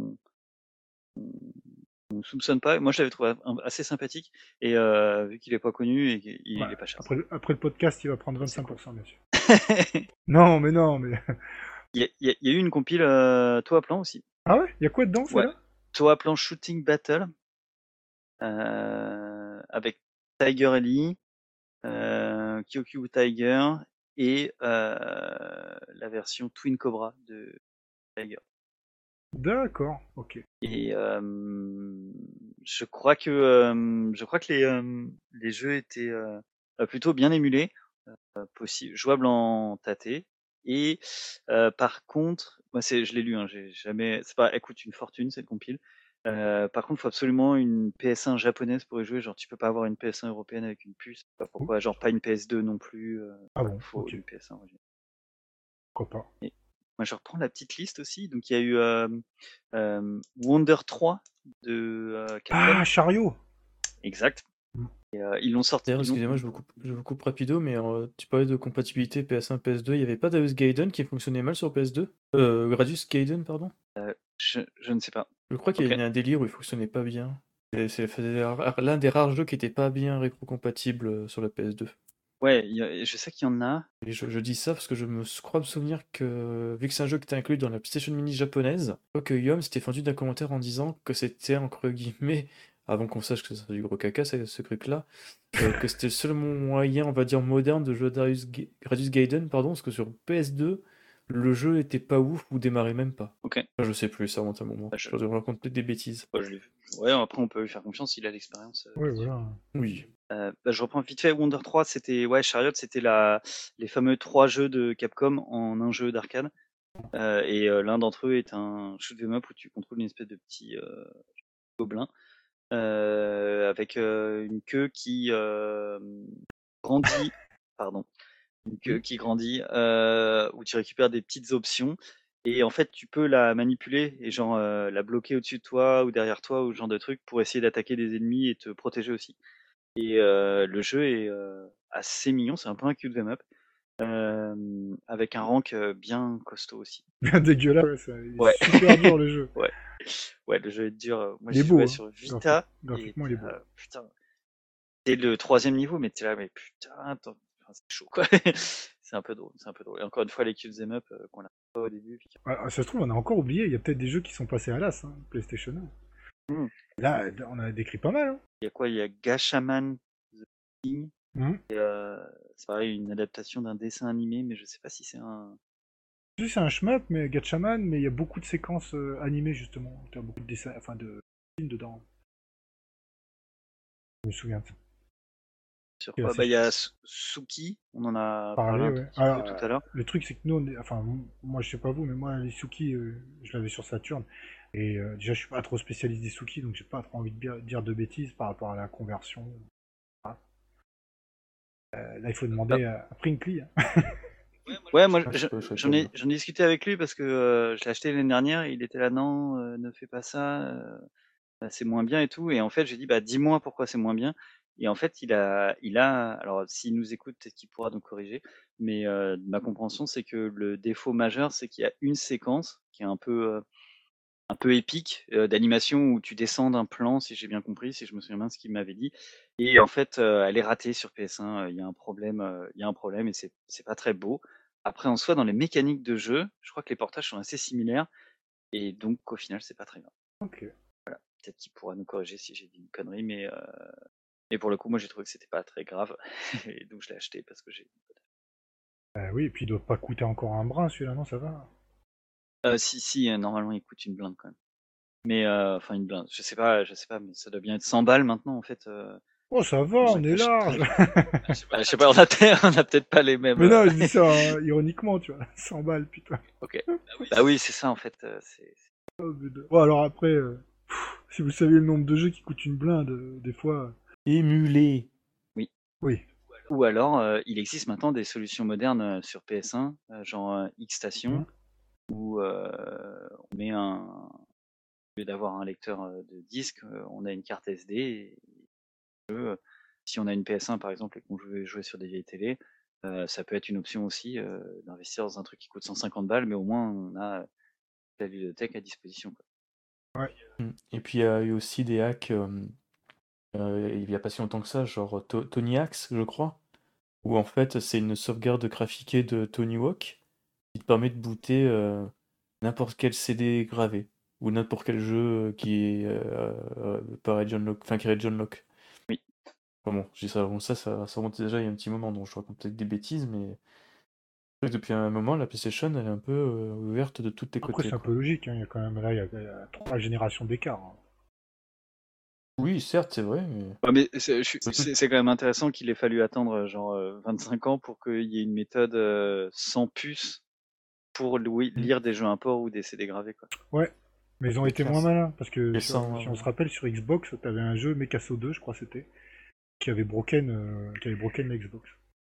on soupçonne pas. Moi, je l'avais trouvé assez sympathique. Et vu qu'il est pas connu et qu'il est
Bah,
pas cher.
après le podcast, il va prendre
C'est cool.
25%, bien sûr. Non, mais non, mais...
Il y a eu une compile Toa Plan aussi.
Ah ouais? Il y a quoi dedans,
Ouais.
celle-là?
Toa Plan Shooting Battle avec Tiger Ellie, Kyokyu Tiger et la version Twin Cobra de Tiger.
D'accord, ok.
Et je crois que les jeux étaient plutôt bien émulés, jouables en tâté. Et par contre, moi je l'ai lu, hein, j'ai jamais, c'est pas, elle coûte une fortune cette compile. Par contre, il faut absolument une PS1 japonaise pour y jouer. Genre, tu peux pas avoir une PS1 européenne avec une puce. Je sais pas pourquoi. Genre, pas une PS2 non plus.
Ah bon,
Faut
ok.
une PS1 originale.
Pourquoi pas.
Et moi, je reprends la petite liste aussi. Donc, il y a eu Wonder 3 de
Ah,
Capcom.
Chariot!
Exact. Et ils l'ont sorti.
D'ailleurs, excusez-moi, je vous coupe rapido, mais tu parlais de compatibilité PS1, PS2, il n'y avait pas Deus Gaiden qui fonctionnait mal sur PS2? Gradius Gaiden, pardon?
Je ne sais pas.
Je crois qu'il y
Ok.
a un délire où il fonctionnait pas bien. C'est l'un des rares jeux qui était pas bien rétro-compatible sur la PS2.
Ouais, je sais qu'il y en a.
Et je dis ça parce que crois me souvenir que, vu que c'est un jeu qui était inclus dans la PlayStation Mini japonaise, je crois que Yom s'était fendu d'un commentaire en disant que c'était, entre guillemets, avant qu'on sache que c'est du gros caca, ce truc-là, que c'était le seul moyen, on va dire, moderne de jouer à Gradius Gaiden, pardon, parce que sur PS2, le jeu était pas ouf ou démarrait même pas.
Ok.
Enfin, je sais plus, ça remonte à un moment.
Bah,
Je raconte peut-être des bêtises.
je l'ai vu. Ouais, après on peut lui faire confiance, il a l'expérience.
Ouais, voilà.
Oui.
Je reprends vite fait. Wonder 3, c'était Chariot, c'était les fameux 3 jeux de Capcom en un jeu d'arcade. Et l'un d'entre eux est un shoot 'em up où tu contrôles une espèce de petit gobelin avec une queue qui grandit. Pardon. Une queue qui grandit où tu récupères des petites options. Et en fait, tu peux la manipuler et genre la bloquer au-dessus de toi ou derrière toi ou ce genre de truc pour essayer d'attaquer des ennemis et te protéger aussi. Et le jeu est assez mignon, c'est un peu un cute 'em up, avec un rank bien costaud aussi.
Bien dégueulasse, il est
Ouais.
super dur le jeu.
Ouais, le jeu est dur. Moi,
Il est
j'ai
beau,
joué
hein.
sur Vita.
Graphiquement, il est beau.
Putain, c'est le 3e niveau, mais t'es là, mais putain, attends, enfin, c'est chaud quoi. C'est un peu drôle, c'est un peu drôle. Et encore une fois, les cute 'em up qu'on a pas au début.
Ah, ça se trouve, on a encore oublié, il y a peut-être des jeux qui sont passés à l'as, hein, PlayStation 1.
Mm.
Là, on a décrit pas mal. Hein.
Il y a quoi? Il y a Gashaman The King.
Mhm.
C'est pareil, une adaptation d'un dessin animé, mais je sais pas si c'est un.
Je sais, c'est un shmup, mais Gatchaman, mais il y a beaucoup de séquences animées justement. Tu as beaucoup de dessins, enfin de films dedans. Je me souviens de ça.
Sur
C'est
quoi?
assez
Il y a Suki, on en a parlé
parlé,
un
ouais.
tout petit peu tout à l'heure.
Le truc, c'est que nous, enfin, moi, je sais pas vous, mais moi, les Suki, je l'avais sur Saturn. Et déjà, je suis pas trop spécialiste des Suki, donc j'ai pas trop envie de dire de bêtises par rapport à la conversion. Voilà. Là, il faut demander à Prinkly. Hein.
Ouais, moi
Ah, je sais
j'en
pas
ai,
bien.
j'en ai discuté avec lui parce que je l'ai acheté l'année dernière et il était là, non, ne fais pas ça, c'est moins bien et tout. Et en fait, j'ai dit, bah dis-moi pourquoi c'est moins bien. Et en fait, alors s'il nous écoute, peut-être qu'il pourra nous corriger. Mais ma compréhension, c'est que le défaut majeur, c'est qu'il y a une séquence qui est un peu épique d'animation où tu descends d'un plan, si j'ai bien compris, si je me souviens bien de ce qu'il m'avait dit. Et en fait, elle est ratée sur PS1. Il y a un problème, et c'est pas très beau. Après, en soi, dans les mécaniques de jeu, je crois que les portages sont assez similaires. Et donc, au final, c'est pas très grave.
Ok.
Peut-être qu'il pourra nous corriger si j'ai dit une connerie, mais pour le coup, moi, j'ai trouvé que c'était pas très grave. Et donc, je l'ai acheté parce que j'ai.
Oui, et puis il doit pas coûter encore un brin celui-là, non, ça va.
Si, normalement, il coûte une blinde quand même. Mais enfin, une blinde. Je sais pas, mais ça doit bien être 100 balles maintenant, en fait.
Oh, ça va,
Pour ça
on
que
est large.
je sais pas, on a peut-être pas les mêmes.
Mais non, je dis ça hein, ironiquement, tu vois. 100 balles, putain.
Ok. Bah oui, c'est ça en fait.
Oh, bon, alors après, si vous saviez le nombre de jeux qui coûtent une blinde, des fois.
Émulé.
Oui.
Oui.
Ou alors, il existe maintenant des solutions modernes sur PS1, genre X-Station, où on met au lieu d'avoir un lecteur de disque, on a une carte SD. Et si on a une PS1 par exemple et qu'on veut jouer sur des vieilles télé, ça peut être une option aussi d'investir dans un truc qui coûte 150 balles, mais au moins on a la bibliothèque à disposition. Quoi.
Ouais.
Et puis il y a eu aussi des hacks, il n'y a pas si longtemps que ça, genre Tony Hawks, je crois, où en fait c'est une sauvegarde graphiquée de Tony Hawk qui te permet de booter n'importe quel CD gravé ou n'importe quel jeu qui est par John Locke, enfin créé John Locke.
Oui.
Enfin bon, je dis ça, bon, ça remonte déjà il y a un petit moment, donc je raconte peut-être des bêtises, mais c'est vrai que depuis un moment, la PlayStation elle est un peu ouverte de tous les
Après,
côtés.
c'est un
Quoi.
peu logique, hein. Il y a quand même là, il y a 3 générations d'écart. Hein.
Oui, certes, c'est vrai, mais.
Ouais, mais c'est quand même intéressant qu'il ait fallu attendre genre 25 ans pour qu'il y ait une méthode sans puce pour lire des jeux import ou des CD gravés. Quoi.
Ouais, mais ils ont
C'est
été
clair,
moins
ça.
malins, parce que
Et
si
sans,
on se rappelle, sur Xbox, t'avais un jeu Mekasso 2, je crois que c'était, qui avait broken la Xbox.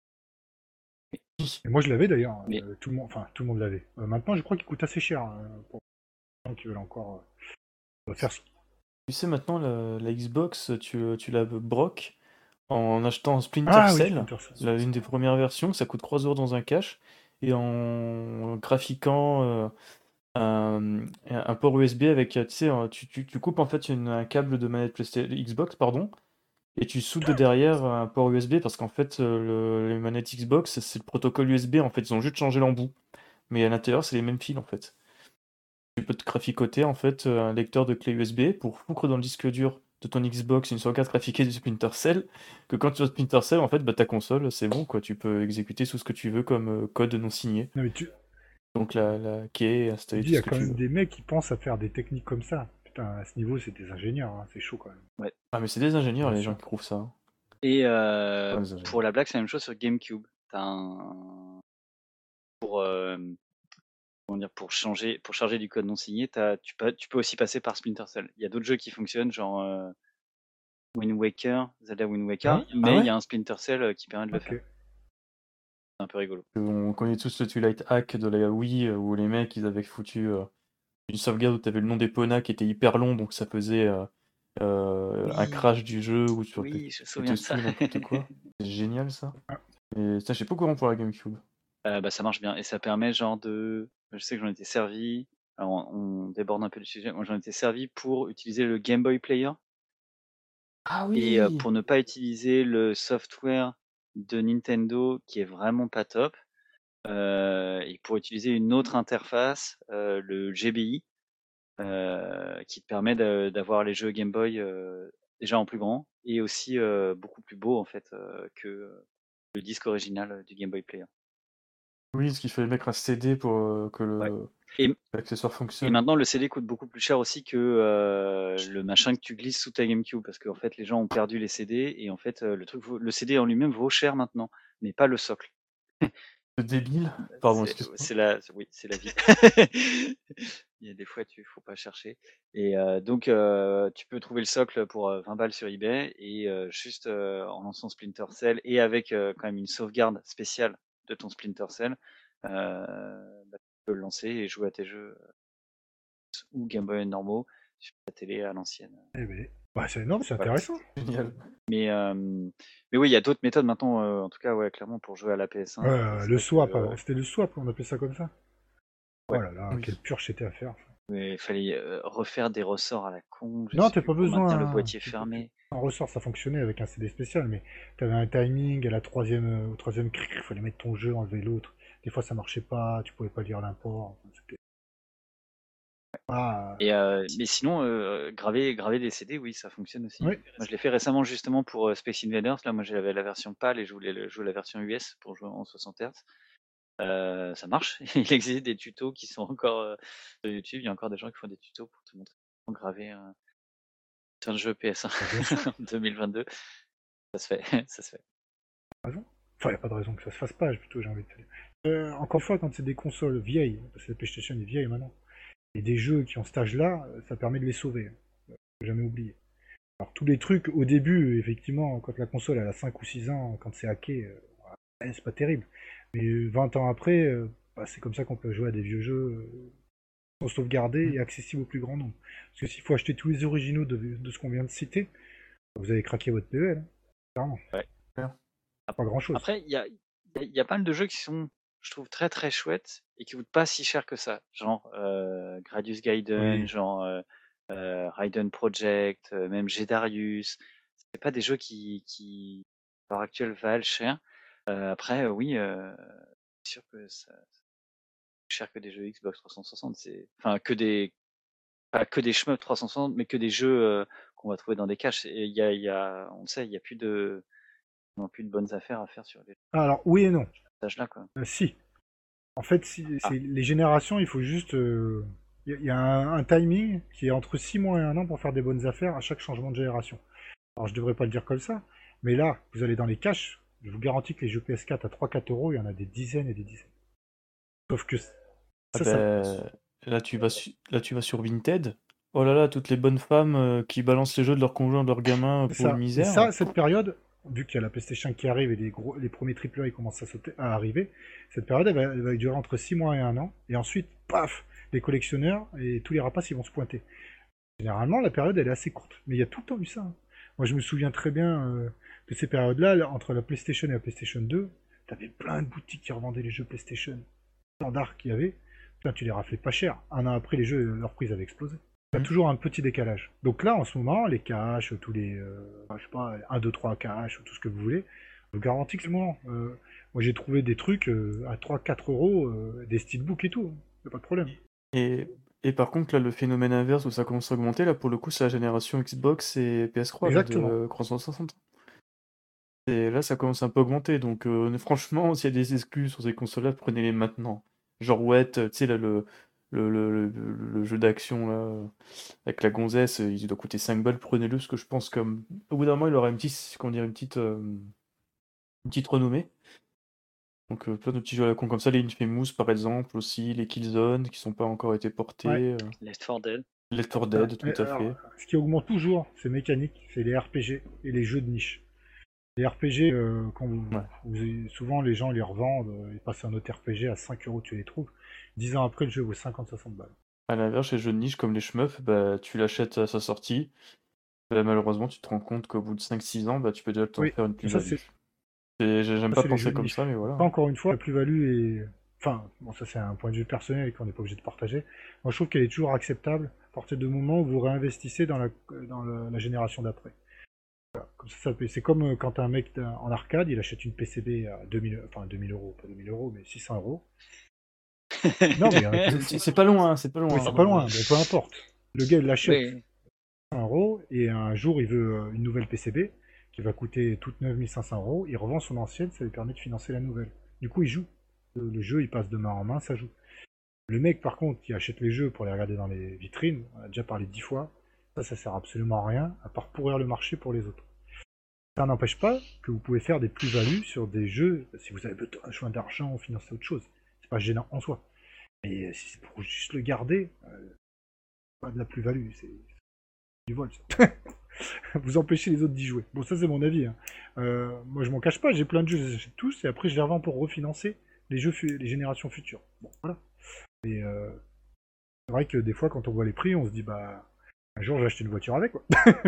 Et moi je l'avais d'ailleurs,
Mais-
tout le monde l'avait. Maintenant je crois qu'il coûte assez cher pour les gens qui veulent encore faire ce
Tu sais, maintenant, la Xbox, tu la broques en achetant Splinter
Ah oui,
Cell,
Splinter Cell.
l'une des premières versions, ça coûte 3 € dans un cache, et en graphiquant un port USB avec, tu sais, tu coupes en fait un câble de manette Xbox, pardon, et tu soudres derrière un port USB, parce qu'en fait, les manettes Xbox, c'est le protocole USB, en fait, ils ont juste changé l'embout, mais à l'intérieur, c'est les mêmes fils, en fait. Tu peux te graphicoter en fait un lecteur de clé USB pour foutre dans le disque dur de ton Xbox une sauvegarde graphique du Splinter Cell, que quand tu as Splinter Cell, en fait, ta console, c'est bon, quoi. Tu peux exécuter tout ce que tu veux comme code non signé.
Non, mais tu
Donc la key,
tu
installer
dis,
tout
il y
ce
a
que
quand
tu
même
veux.
des mecs qui pensent à faire des techniques comme ça. Putain, à ce niveau, c'est des ingénieurs, hein, c'est chaud quand même.
Ah, mais c'est des ingénieurs,
Bien
les gens
sûr.
qui trouvent ça. Hein.
Et
Pas des
pour
ingénieurs.
la blague, c'est la même chose sur GameCube. T'as pour comment dire, pour charger du code non signé, tu peux aussi passer par Splinter Cell. Il y a d'autres jeux qui fonctionnent, genre Wind Waker, Zelda Wind
Ah
Waker,
ouais?
Ah
mais il y
ouais?
a un Splinter Cell qui permet de le
Ok.
faire. C'est un peu rigolo.
On connaît tous le Twilight Hack de la Wii, où les mecs, ils avaient foutu une sauvegarde où t'avais le nom d'Epona qui était hyper long, donc ça faisait un
Oui,
crash du jeu où tu
oui, je me
pétais
souviens de ça.
tout et n'importe quoi. C'est génial ça.
Ah,
Et ça, je sais pas comment pour la GameCube.
Bah, ça marche bien et ça permet genre de je sais que j'en étais servi, alors on déborde un peu du sujet, moi j'en étais servi pour utiliser le Game Boy Player
Ah
et
oui!
pour ne pas utiliser le software de Nintendo qui est vraiment pas top, et pour utiliser une autre interface, le GBI, qui te permet d'avoir les jeux Game Boy, déjà en plus grand et aussi, beaucoup plus beau en fait, que le disque original, du Game Boy Player.
Oui, parce qu'il fallait mettre un CD pour que
Ouais et
l'accessoire
Et
fonctionne.
maintenant, le CD coûte beaucoup plus cher aussi que le machin que tu glisses sous ta GameCube, parce qu'en fait, les gens ont perdu les CD et en fait, le CD en lui-même vaut cher maintenant, mais pas le socle.
Le débile. Pardon, excuse-moi.
Oui, c'est la vie. Il y a des fois, faut pas chercher. Et donc, tu peux trouver le socle pour 20 balles sur eBay et juste en lançant Splinter Cell et avec quand même une sauvegarde spéciale de ton Splinter Cell, tu peux le lancer et jouer à tes jeux ou Game Boy normaux sur la télé à l'ancienne.
eh ben, bah, c'est énorme, c'est
Voilà.
intéressant.
Génial.
Mais, mais oui, il y a d'autres méthodes maintenant, en tout cas, ouais, clairement, pour jouer à la PS1. Et c'est
Le
vrai
swap,
que
c'était le swap, on appelait ça comme ça. Oh
ouais,
là là,
Oui.
quelle purge c'était à faire. Ça.
mais il fallait refaire des ressorts à la con, je
Non,
sais
t'as
plus,
pas
pour maintenir le
besoin.
boîtier fermé.
En ressort, ça fonctionnait avec un CD spécial, mais t'avais un timing, à la au troisième cric, il fallait mettre ton jeu, enlever l'autre. Des fois, ça marchait pas, tu pouvais pas lire l'import. Enfin, c'était pas.
Et, mais sinon, graver des CD, oui, ça fonctionne aussi.
Oui,
Moi, je l'ai fait récemment justement pour Space Invaders. Là, moi, j'avais la version PAL et je voulais jouer la version US pour jouer en 60 Hz. Ça marche. Il existe des tutos qui sont encore sur YouTube. Il y a encore des gens qui font des tutos pour te montrer comment graver un jeu PS1
bah, bien sûr,
en 2022. Ça se fait, ça se fait.
t'as raison. Enfin, y a pas de raison que ça se fasse pas, plutôt, j'ai envie de te dire. Encore une fois, quand c'est des consoles vieilles, parce que la PlayStation est vieille maintenant, et des jeux qui ont cet âge-là, ça permet de les sauver. Faut jamais oublier. Alors, tous les trucs, au début, effectivement, quand la console elle a 5 ou 6 ans, quand c'est hacké, c'est pas terrible. Mais 20 ans après, bah, c'est comme ça qu'on peut jouer à des vieux jeux sont sauvegardés et accessibles au plus grand nombre. Parce que s'il faut acheter tous les originaux de ce qu'on vient de citer, vous allez craquer votre PEL, hein, clairement.
Ouais.
Pas grand-chose.
Après, il y a pas mal de jeux qui sont, je trouve, très très chouettes et qui coûtent pas si cher que ça. Genre Gradius Gaiden,
Oui.
genre Raiden Project, même Gedarius. C'est pas des jeux qui, à l'heure actuelle, valent cher. Après, oui, c'est sûr que ça c'est plus cher que des jeux Xbox 360. Enfin, pas que des shmups 360, mais que des jeux qu'on va trouver dans des caches. Et on le sait, il y a plus de bonnes affaires à faire sur les
Ah, alors, oui et non.
âges-là, quoi.
Si. En fait,
Ah,
c'est les générations, il faut juste. Il y a un timing qui est entre 6 mois et 1 an pour faire des bonnes affaires à chaque changement de génération. Alors, je devrais pas le dire comme ça, mais là, vous allez dans les caches, je vous garantis que les jeux PS4 à 3-4 euros, il y en a des dizaines et des dizaines. Sauf que
Ah
ça.
ben, là, tu vas sur Vinted. Oh là là, toutes les bonnes femmes qui balancent les jeux de leurs conjoints, de leurs gamins
C'est
pour une
ça. Et
misère.
ça, cette période, vu qu'il y a la PlayStation qui arrive et les premiers AAA ils commencent à arriver, cette période, elle va durer entre 6 mois et 1 an. Et ensuite, paf, les collectionneurs et tous les rapaces, ils vont se pointer. Généralement, la période, elle est assez courte. Mais il y a tout le temps eu ça. Hein. Moi, je me souviens très bien de ces périodes-là, entre la PlayStation et la PlayStation 2, t'avais plein de boutiques qui revendaient les jeux PlayStation standards qu'il y avait. Putain, tu les raflais pas cher. Un an après, les jeux, leur prix avait explosé. Il y a toujours un petit décalage. Donc là, en ce moment, les caches, tous les, je sais pas, 1, 2, 3 caches, tout ce que vous voulez, je vous garantis que c'est moi. Moi, j'ai trouvé des trucs à 3-4 euros, des steelbooks et tout. Y a pas de problème.
Et Et par contre, là, le phénomène inverse où ça commence à augmenter, là, pour le coup, c'est la génération Xbox et PS3, là,
Exactement.
de 360. Et là, ça commence un peu à augmenter, donc franchement, s'il y a des exclus sur ces consoles-là, prenez-les maintenant. Genre, ouais, tu sais, là, le jeu d'action, là, avec la gonzesse, il doit coûter 5 balles, prenez-le, parce que je pense comme... Au bout d'un moment, il aura comment dire, une petite renommée. Donc plein de petits jeux à la con comme ça, les Infamous par exemple aussi, les Killzone qui sont pas encore été
Ouais.
portés,
Left 4 Dead.
Left 4
Ah,
Dead tout à
alors,
fait.
ce qui augmente toujours, c'est mécanique, c'est les RPG et les jeux de niche. Les RPG,
Ouais.
souvent les gens les revendent, ils passent un autre RPG à 5 euros, tu les trouves. 10 ans après, le jeu vaut 50-60 balles.
À l'inverse, les jeux de niche comme les shmups, bah tu l'achètes à sa sortie, bah, malheureusement tu te rends compte qu'au bout de 5-6 ans, bah tu peux déjà t'en
Oui,
faire une
mais ça
plus-value.
c'est
J'aime
ça,
pas
c'est les jeux
penser
de
comme
niche.
ça, mais voilà.
Après, encore une fois, la plus-value est... Enfin, bon, ça c'est un point de vue personnel et qu'on n'est pas obligé de partager. Moi, je trouve qu'elle est toujours acceptable à partir du moment où vous réinvestissez dans la génération d'après. Comme ça c'est comme quand un mec en arcade, il achète une PCB à 2000, enfin 2000 euros, pas 2000 euros, mais 600 euros. Non, mais il y en a qui le font.
C'est pas loin, c'est pas
Oui,
loin.
c'est pas loin, bon, peu importe. Le gars, il l'achète
Oui.
100 euros et un jour, il veut une nouvelle PCB qui va coûter toute neuve 1500 euros. Il revend son ancienne, ça lui permet de financer la nouvelle. Du coup, il joue. Le jeu, il passe de main en main, ça joue. Le mec, par contre, qui achète les jeux pour les regarder dans les vitrines, on a déjà parlé 10 fois, ça sert absolument à rien, à part pourrir le marché pour les autres. Ça n'empêche pas que vous pouvez faire des plus-values sur des jeux, si vous avez besoin d'argent ou financer autre chose. C'est pas gênant en soi. Mais si c'est pour juste le garder, pas de la plus-value, c'est du vol ça. Vous empêchez les autres d'y jouer. Bon, ça c'est mon avis. Hein. Moi je m'en cache pas, j'ai plein de jeux, je les achète tous, et après je les revends pour refinancer les générations futures. Bon, voilà. Et c'est vrai que des fois quand on voit les prix, on se dit bah un jour je vais acheter une voiture avec quoi.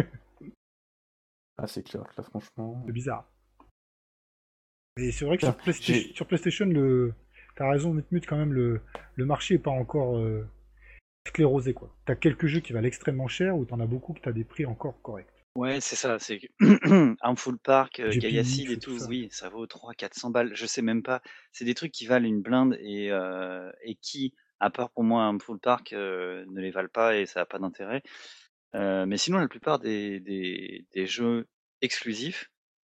Ah c'est clair, là franchement.
C'est bizarre. Et c'est vrai que
Tiens,
sur PlayStation, t'as raison, Mutmut, quand même, le marché est pas encore sclérosé, quoi. T'as quelques jeux qui valent extrêmement cher, ou t'en as beaucoup que t'as des prix encore corrects.
Ouais, c'est ça, c'est que Harmful Park, Gaia Seed
GPX,
et
tout
tout,
ça.
oui, ça vaut 300-400 balles, je sais même pas. C'est des trucs qui valent une blinde et qui, à part pour moi Harmful Park, ne les valent pas et ça a pas d'intérêt. Mais sinon la plupart des jeux exclusifs,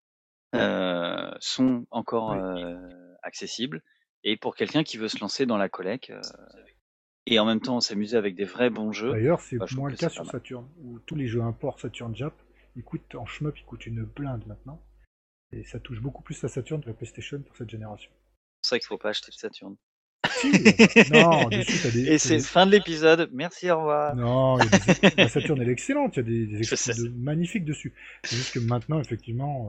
sont encore,
Ouais.
accessibles et pour quelqu'un qui veut se lancer dans la collecte, et en même temps s'amuser avec des vrais bons jeux,
D'ailleurs, c'est
bah, je trouve
moins
que
le cas
c'est pas
sur
mal.
Saturn, où tous les jeux import Saturn Jap, en shmup, ils coûtent une blinde maintenant. Et ça touche beaucoup plus la Saturn que la PlayStation pour cette génération.
C'est pour ça qu'il faut pas acheter de Saturn.
Si, bah, non, dessus,
Et c'est fin de l'épisode. Merci, au revoir.
Non, la Saturn, elle est excellente, il y a des
Je
exclus
sais.
magnifiques dessus. C'est juste que maintenant, effectivement,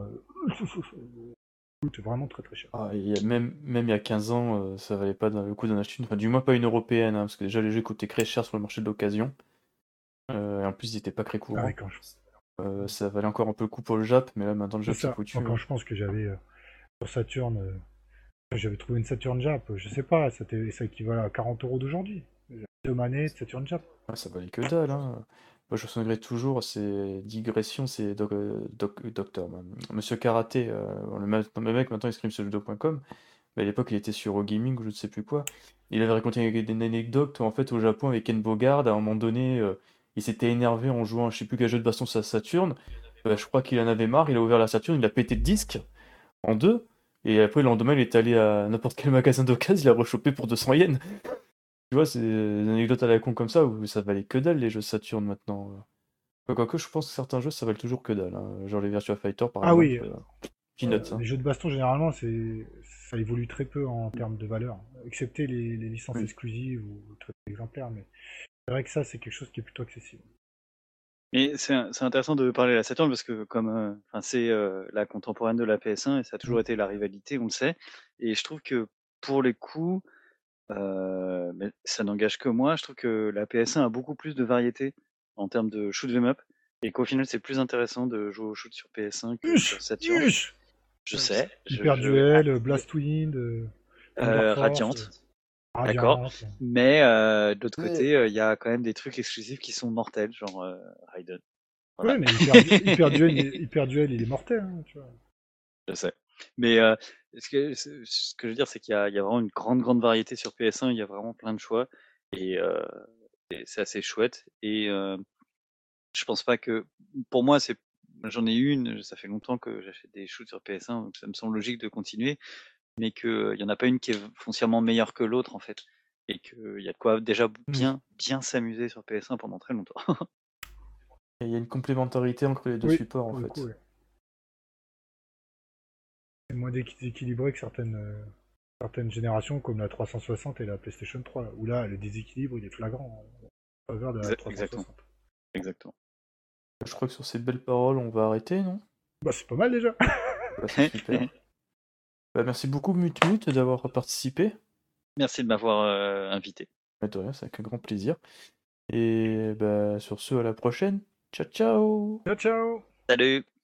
coûte vraiment très très cher.
Ah, même il y a 15 ans, ça valait pas le coup d'en acheter une, enfin du moins pas une européenne, hein, parce que déjà les jeux coûtaient très cher sur le marché de l'occasion, et en plus ils étaient pas très
Ah ouais,
courants.
quand je...
Ça valait encore un peu le coup pour le Jap, mais là maintenant le
C'est
Jap c'est
ça. Moi,
foutu,
quand
hein.
je pense que j'avais sur Saturn, j'avais trouvé une Saturn Jap, je sais pas, ça équivalait à 40 euros d'aujourd'hui. J'avais 2 manettes Saturn Jap.
Ouais, ça valait que dalle, hein. Moi, je me souviendrai toujours, c'est digression, c'est docteur, Monsieur Karaté, le mec maintenant il stream sur judo.com, mais à l'époque il était sur Eurogaming ou je ne sais plus quoi. Il avait raconté une anecdote où, en fait au Japon avec Ken Bogard, à un moment donné, il s'était énervé en jouant à je sais plus quel jeu de baston sur sa Saturn. Je crois qu'il en avait marre, il a ouvert la Saturn, il a pété le disque en deux, et après le lendemain il est allé à n'importe quel magasin d'occasion, il a rechopé pour 200 yens. Tu vois, c'est des anecdotes à la con comme ça où ça valait que dalle les jeux Saturn maintenant. Quoique je pense que certains jeux ça valait toujours que dalle, hein. Genre les Virtua Fighter par
Ah oui,
exemple, peanuts, hein.
les jeux de baston, généralement, ça évolue très peu en termes de valeur, excepté les licences
Oui.
exclusives ou très peu exemplaires, mais c'est vrai que ça, c'est quelque chose qui est plutôt accessible.
Mais c'est intéressant de parler de la Saturn parce que comme enfin c'est la contemporaine de la PS1 et ça a
Mm.
toujours été la rivalité, on le sait. Et je trouve que pour les coups, mais ça n'engage que moi, je trouve que la PS1 a beaucoup plus de variété en termes de shoot 'em up et qu'au final c'est plus intéressant de jouer au shoot sur PS1 que sur Saturn.
Huch
Je sais,
Hyper Duel, Blast Wind, Thunder Force,
Radiant. D'accord.
Radiant.
Mais de l'autre côté, il y a quand même des trucs exclusifs qui sont mortels, genre Raiden.
Ouais,
Voilà,
mais Hyper Duel, il est mortel, hein, tu vois.
je sais. Mais ce que je veux dire, c'est qu'il y a vraiment une grande variété sur PS1. Il y a vraiment plein de choix. Et c'est assez chouette. Et je pense pas que. Pour moi, j'en ai une, ça fait longtemps que j'achète des shoots sur PS1, donc ça me semble logique de continuer, mais qu'il n'y en a pas une qui est foncièrement meilleure que l'autre, en fait. Et qu'il y a de quoi déjà
Oui.
bien s'amuser sur PS1 pendant très longtemps.
Et il y a une complémentarité entre les deux
Oui,
supports, en
pour le
fait.
coup, ouais. C'est moins déséquilibré que certaines générations comme la 360 et la PlayStation 3, où là, le déséquilibre, il est flagrant en faveur de la
Exactement.
360.
Exactement.
Je crois que sur ces belles paroles, on va arrêter, non?
Bah, c'est pas mal déjà.
Bah, c'est super. Bah, merci beaucoup, Mutmut, d'avoir participé.
Merci de m'avoir invité.
Bah, de rien, c'est avec un grand plaisir. Et bah, sur ce, à la prochaine. Ciao, ciao!
Ciao, ciao.
Salut!